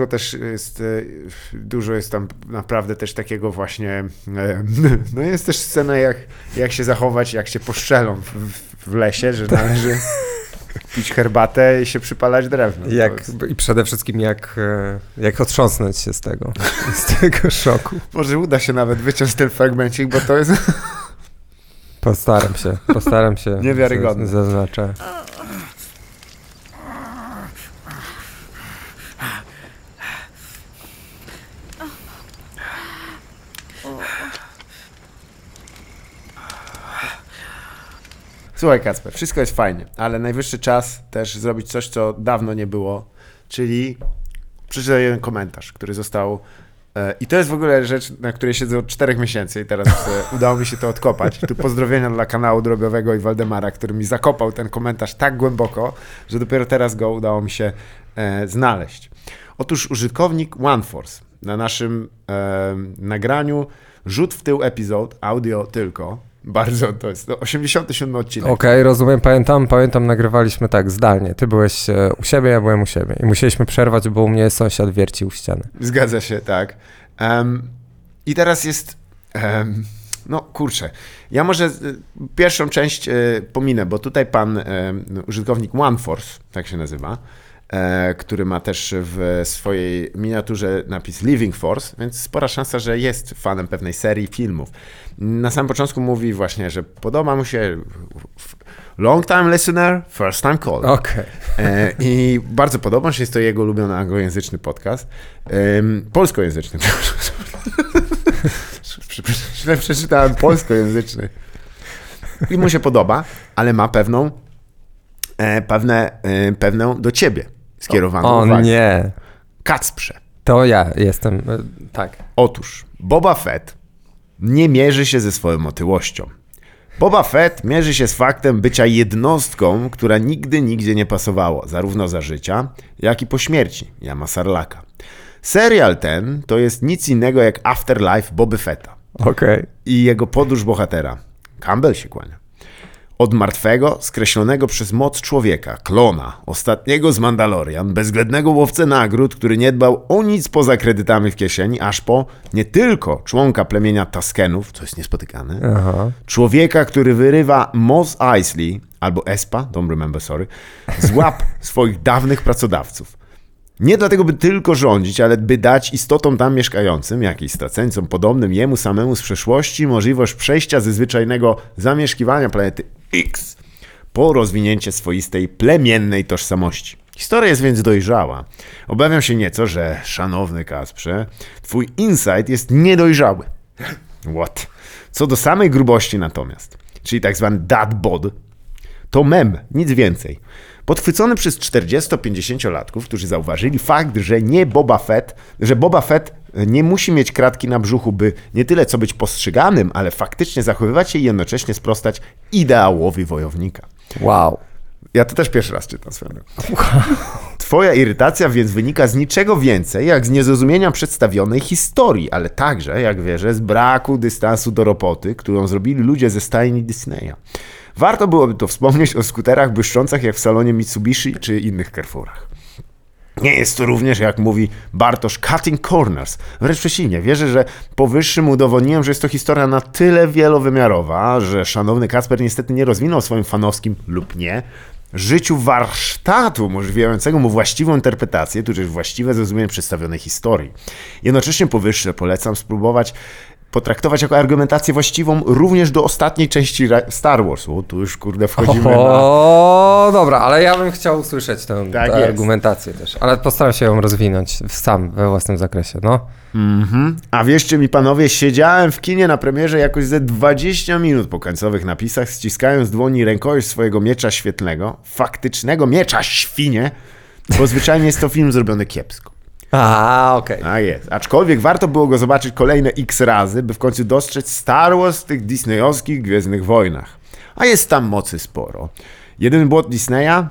[SPEAKER 2] dużo jest tam naprawdę też takiego właśnie, jest też scena jak się zachować, jak się poszczelą w lesie, że należy pić herbatę i się przypalać drewno.
[SPEAKER 1] I przede wszystkim jak otrząsnąć się z tego szoku.
[SPEAKER 2] Może uda się nawet wyciąć ten fragmencik, bo to jest...
[SPEAKER 1] Postaram się.
[SPEAKER 2] Niewiarygodne.
[SPEAKER 1] Zaznaczę.
[SPEAKER 2] Słuchaj, Kacper, wszystko jest fajnie, ale najwyższy czas też zrobić coś, co dawno nie było, czyli przeczytać jeden komentarz, który został... I to jest w ogóle rzecz, na której siedzę od 4 miesięcy i teraz udało mi się to odkopać. Tu pozdrowienia dla kanału drogowego i Waldemara, który mi zakopał ten komentarz tak głęboko, że dopiero teraz go udało mi się znaleźć. Otóż użytkownik OneForce na naszym nagraniu rzut w tył epizod, audio tylko, bardzo, to jest 87 odcinek.
[SPEAKER 1] Okej, rozumiem, pamiętam, nagrywaliśmy tak zdalnie. Ty byłeś u siebie, ja byłem u siebie i musieliśmy przerwać, bo u mnie sąsiad wiercił ścianę.
[SPEAKER 2] Zgadza się, tak. I teraz jest, ja może pierwszą część pominę, bo tutaj pan użytkownik OneForce, tak się nazywa, który ma też w swojej miniaturze napis Living Force, więc spora szansa, że jest fanem pewnej serii filmów. Na samym początku mówi właśnie, że podoba mu się long time listener, first time caller.
[SPEAKER 1] Okay.
[SPEAKER 2] I bardzo podoba mi się, jest to jego ulubiony anglojęzyczny podcast. Polskojęzyczny. Źle przeczytałem polskojęzyczny. I mu się podoba, ale ma pewną do ciebie skierowaną uwagę.
[SPEAKER 1] Nie.
[SPEAKER 2] Kacprze.
[SPEAKER 1] To ja jestem, tak.
[SPEAKER 2] Otóż Boba Fett nie mierzy się ze swoją otyłością. Boba Fett mierzy się z faktem bycia jednostką, która nigdy nigdzie nie pasowała, zarówno za życia, jak i po śmierci Jama Sarlacca. Serial ten to jest nic innego jak Afterlife Boby Fetta.
[SPEAKER 1] Okay.
[SPEAKER 2] I jego podróż bohatera. Campbell się kłania. Od martwego, skreślonego przez moc człowieka, klona, ostatniego z Mandalorian, bezwzględnego łowcę nagród, który nie dbał o nic poza kredytami w kieszeni, aż po nie tylko członka plemienia Tuskenów, co jest niespotykane, człowieka, który wyrywa Mos Eisley, albo Espa, don't remember, sorry, z łap swoich dawnych pracodawców. Nie dlatego, by tylko rządzić, ale by dać istotom tam mieszkającym, jak i straceńcom podobnym jemu samemu z przeszłości, możliwość przejścia ze zwyczajnego zamieszkiwania planety X po rozwinięcie swoistej plemiennej tożsamości. Historia jest więc dojrzała. Obawiam się nieco, że, szanowny Kacprze, twój insight jest niedojrzały. What? Co do samej grubości natomiast, czyli tak zwany dad bod, to mem, nic więcej. Podchwycony przez 40-50-latków, którzy zauważyli fakt, że Boba Fett nie musi mieć kratki na brzuchu, by nie tyle co być postrzeganym, ale faktycznie zachowywać się i jednocześnie sprostać ideałowi wojownika.
[SPEAKER 1] Wow.
[SPEAKER 2] Ja to też pierwszy raz czytam swoją. Twoja irytacja więc wynika z niczego więcej, jak z niezrozumienia przedstawionej historii, ale także, jak wierzę, z braku dystansu do roboty, którą zrobili ludzie ze stajni Disneya. Warto byłoby to wspomnieć o skuterach błyszczących jak w salonie Mitsubishi czy innych Carrefourach. Nie jest to również, jak mówi Bartosz, cutting corners. Wręcz przeciwnie, wierzę, że powyższym udowodniłem, że jest to historia na tyle wielowymiarowa, że szanowny Kacper niestety nie rozwinął swoim fanowskim lub nie życiu warsztatu umożliwiającego mu właściwą interpretację, tudzież właściwe zrozumienie przedstawionej historii. Jednocześnie powyższe polecam spróbować potraktować jako argumentację właściwą również do ostatniej części Star Wars. O, tu już kurde wchodzimy
[SPEAKER 1] dobra, ale ja bym chciał usłyszeć tę argumentację też, ale postaram się ją rozwinąć sam we własnym zakresie, no.
[SPEAKER 2] A wierzcie mi panowie, siedziałem w kinie na premierze jakoś ze 20 minut po końcowych napisach, ściskając w dłoni rękojeść swojego miecza świetlnego, faktycznego miecza świnie, bo zwyczajnie jest to film zrobiony kiepsko.
[SPEAKER 1] Okej.
[SPEAKER 2] A jest. Aczkolwiek warto było go zobaczyć kolejne x razy, by w końcu dostrzec Star Wars w tych disneyowskich Gwiezdnych Wojnach. A jest tam mocy sporo. Jeden błąd Disneya?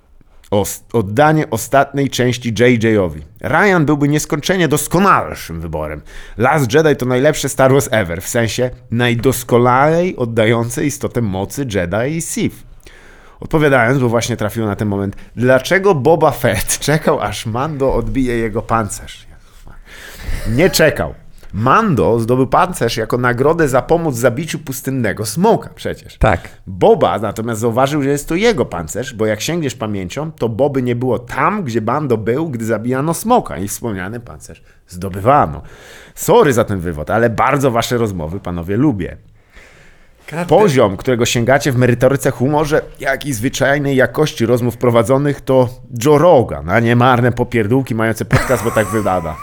[SPEAKER 2] Oddanie ostatniej części JJ-owi. Ryan byłby nieskończenie doskonalszym wyborem. Last Jedi to najlepsze Star Wars ever, w sensie najdoskonalej oddające istotę mocy Jedi i Sith. Odpowiadając, bo właśnie trafił na ten moment, dlaczego Boba Fett czekał, aż Mando odbije jego pancerz? Nie czekał. Mando zdobył pancerz jako nagrodę za pomoc w zabiciu pustynnego smoka przecież.
[SPEAKER 1] Tak.
[SPEAKER 2] Boba natomiast zauważył, że jest to jego pancerz, bo jak sięgniesz pamięcią, to Boby nie było tam, gdzie Mando był, gdy zabijano smoka i wspomniany pancerz zdobywano. Sorry za ten wywód, ale bardzo wasze rozmowy, panowie, lubię. Poziom, którego sięgacie w merytoryce humorze, jak i zwyczajnej jakości rozmów prowadzonych, to Joe Rogan, a nie marne popierdółki mające podcast, bo tak wygląda.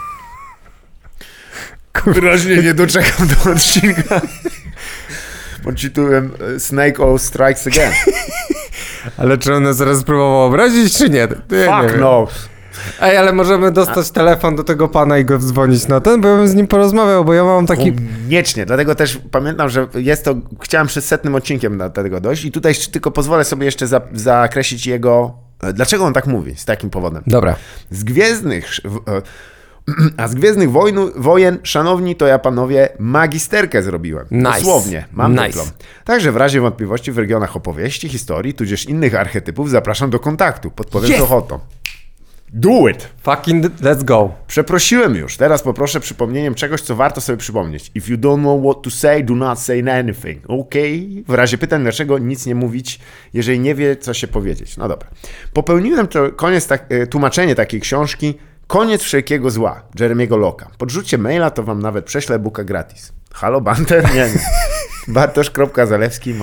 [SPEAKER 2] Wyraźnie nie doczekam do odcinka. Poczytałem Snake Oil Strikes Again.
[SPEAKER 1] Ale czy on nas zaraz próbował obrazić, czy nie?
[SPEAKER 2] Fuck knows.
[SPEAKER 1] Ej, ale możemy dostać telefon do tego pana i go dzwonić na ten, bo ja bym z nim porozmawiał, bo ja mam taki...
[SPEAKER 2] Koniecznie, dlatego też pamiętam, że jest to... Chciałem przed 100 odcinkiem do tego dojść i tutaj tylko pozwolę sobie jeszcze zakreślić jego... Dlaczego on tak mówi? Z takim powodem.
[SPEAKER 1] Dobra.
[SPEAKER 2] Z Gwiezdnych Wojen, szanowni, to ja panowie magisterkę zrobiłem.
[SPEAKER 1] Nice.
[SPEAKER 2] Dosłownie, mam dyplom. Także w razie wątpliwości w regionach opowieści, historii, tudzież innych archetypów zapraszam do kontaktu. Podpowiem z ochotą. Do it!
[SPEAKER 1] Fucking let's go.
[SPEAKER 2] Przeprosiłem już. Teraz poproszę przypomnieniem czegoś, co warto sobie przypomnieć. If you don't know what to say, do not say anything. Okay? W razie pytań, dlaczego nic nie mówić, jeżeli nie wie, co się powiedzieć. No dobra. Popełniłem to tłumaczenie takiej książki Koniec wszelkiego zła, Jeremiego Locke'a. Podrzućcie maila, to wam nawet prześlę e-booka gratis. Halo, Banter? Nie. Bartosz.zalewski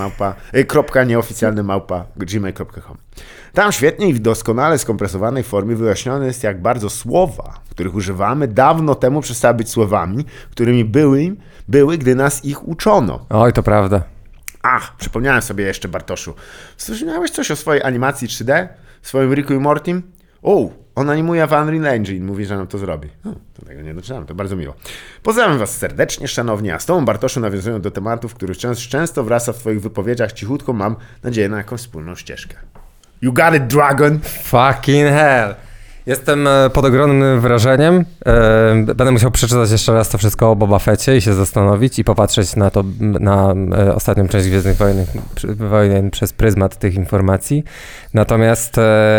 [SPEAKER 2] @nieoficjalny@gmail.com. Tam świetnie i w doskonale skompresowanej formie wyjaśnione jest, jak bardzo słowa, których używamy, dawno temu przestały być słowami, którymi były, gdy nas ich uczono.
[SPEAKER 1] Oj, to prawda.
[SPEAKER 2] Ach, przypomniałem sobie jeszcze, Bartoszu. Słyszałeś coś o swojej animacji 3D? Swoim Ricku i Mortim? On animuje w Unreal Engine. Mówi, że nam to zrobi. To tego nie doczytałem, to bardzo miło. Pozdrawiam was serdecznie, szanowni. A z tobą, Bartoszu, nawiązując do tematów, których często wraca w twoich wypowiedziach cichutko, mam nadzieję na jakąś wspólną ścieżkę. You got it, Dragon! Fucking
[SPEAKER 1] hell! Jestem pod ogromnym wrażeniem. Będę musiał przeczytać jeszcze raz to wszystko o Boba Fetcie i się zastanowić i popatrzeć na to, na ostatnią część Gwiezdnych Wojen przez pryzmat tych informacji. Natomiast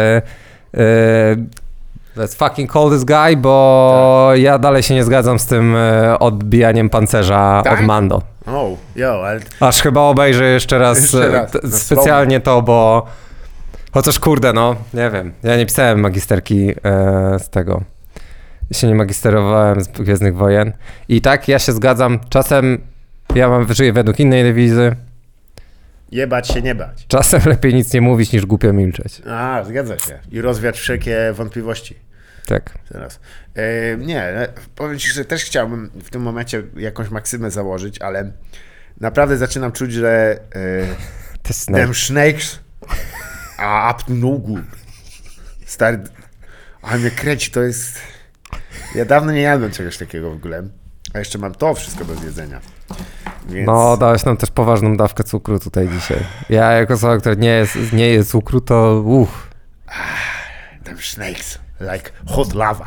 [SPEAKER 1] let's fucking call this guy, bo tak. Ja dalej się nie zgadzam z tym odbijaniem pancerza od Mando.
[SPEAKER 2] Ale...
[SPEAKER 1] Aż chyba obejrzę jeszcze raz specjalnie to, bo... Chociaż kurde, nie wiem. Ja nie pisałem magisterki z tego. Się nie magisterowałem z Gwiezdnych Wojen. I tak, ja się zgadzam. Czasem żyję według innej dewizy.
[SPEAKER 2] Jebać się nie bać.
[SPEAKER 1] Czasem lepiej nic nie mówić, niż głupio milczeć.
[SPEAKER 2] Zgadza się. I rozwiać wszelkie wątpliwości.
[SPEAKER 1] Tak.
[SPEAKER 2] Teraz. Powiem ci, że też chciałbym w tym momencie jakąś maksymę założyć, ale naprawdę zaczynam czuć, że them snakes are up to no good. Stary, ale mnie kręci, to jest... Ja dawno nie jadłem czegoś takiego w ogóle, a jeszcze mam to wszystko do zjedzenia. Więc...
[SPEAKER 1] dałeś nam też poważną dawkę cukru tutaj dzisiaj. Ja jako osoba, która nie je cukru, to
[SPEAKER 2] Them snakes, like hot lava.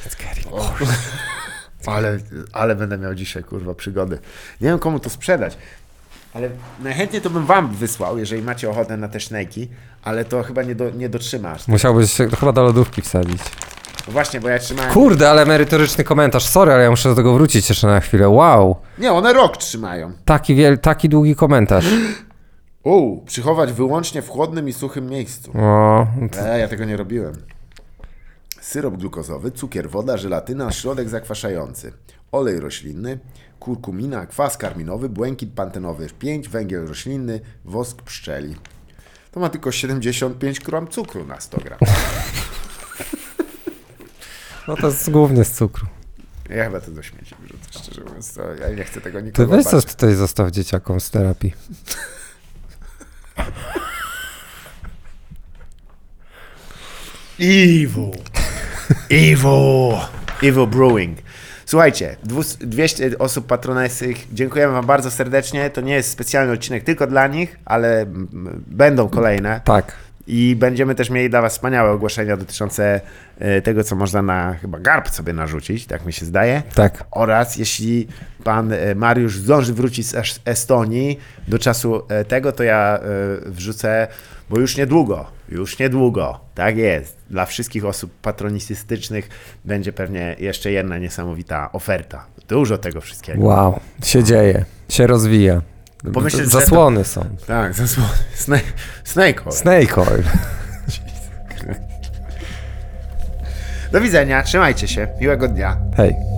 [SPEAKER 2] Ale będę miał dzisiaj, kurwa, przygody. Nie wiem, komu to sprzedać, ale najchętniej to bym wam wysłał, jeżeli macie ochotę na te snake'i, ale to chyba nie dotrzymasz.
[SPEAKER 1] Musiałbyś się chyba do lodówki wsadzić.
[SPEAKER 2] No właśnie, bo ja trzymałem...
[SPEAKER 1] Kurde, ale merytoryczny komentarz. Sorry, ale ja muszę do tego wrócić jeszcze na chwilę. Wow.
[SPEAKER 2] Nie, one rok trzymają.
[SPEAKER 1] Taki długi komentarz.
[SPEAKER 2] Przychować wyłącznie w chłodnym i suchym miejscu. Ja tego nie robiłem. Syrop glukozowy, cukier, woda, żelatyna, środek zakwaszający, olej roślinny, kurkumina, kwas karminowy, błękit pantenowy 5, węgiel roślinny, wosk pszczeli. To ma tylko 75 gram cukru na 100 gram.
[SPEAKER 1] To jest głównie z cukru.
[SPEAKER 2] Ja chyba to do śmieci wyrzucę, szczerze mówiąc. Ja nie chcę tego nikogo
[SPEAKER 1] Ty weź coś tutaj zostaw dzieciakom z terapii.
[SPEAKER 2] Evil Brewing. Słuchajcie, 200 osób patronesych. Dziękujemy wam bardzo serdecznie. To nie jest specjalny odcinek tylko dla nich, ale będą kolejne.
[SPEAKER 1] Tak.
[SPEAKER 2] I będziemy też mieli dla was wspaniałe ogłoszenia dotyczące tego, co można na chyba garb sobie narzucić, tak mi się zdaje.
[SPEAKER 1] Tak.
[SPEAKER 2] Oraz jeśli pan Mariusz zdąży wrócić z Estonii do czasu tego, to ja wrzucę, bo już niedługo, tak jest, dla wszystkich osób patronistycznych będzie pewnie jeszcze jedna niesamowita oferta. Dużo tego wszystkiego.
[SPEAKER 1] Wow, się dzieje, się rozwija.
[SPEAKER 2] Pomyśleć,
[SPEAKER 1] zasłony są.
[SPEAKER 2] Tak, zasłony. Snake oil.
[SPEAKER 1] Snake oil.
[SPEAKER 2] Do widzenia, trzymajcie się, miłego dnia.
[SPEAKER 1] Hej.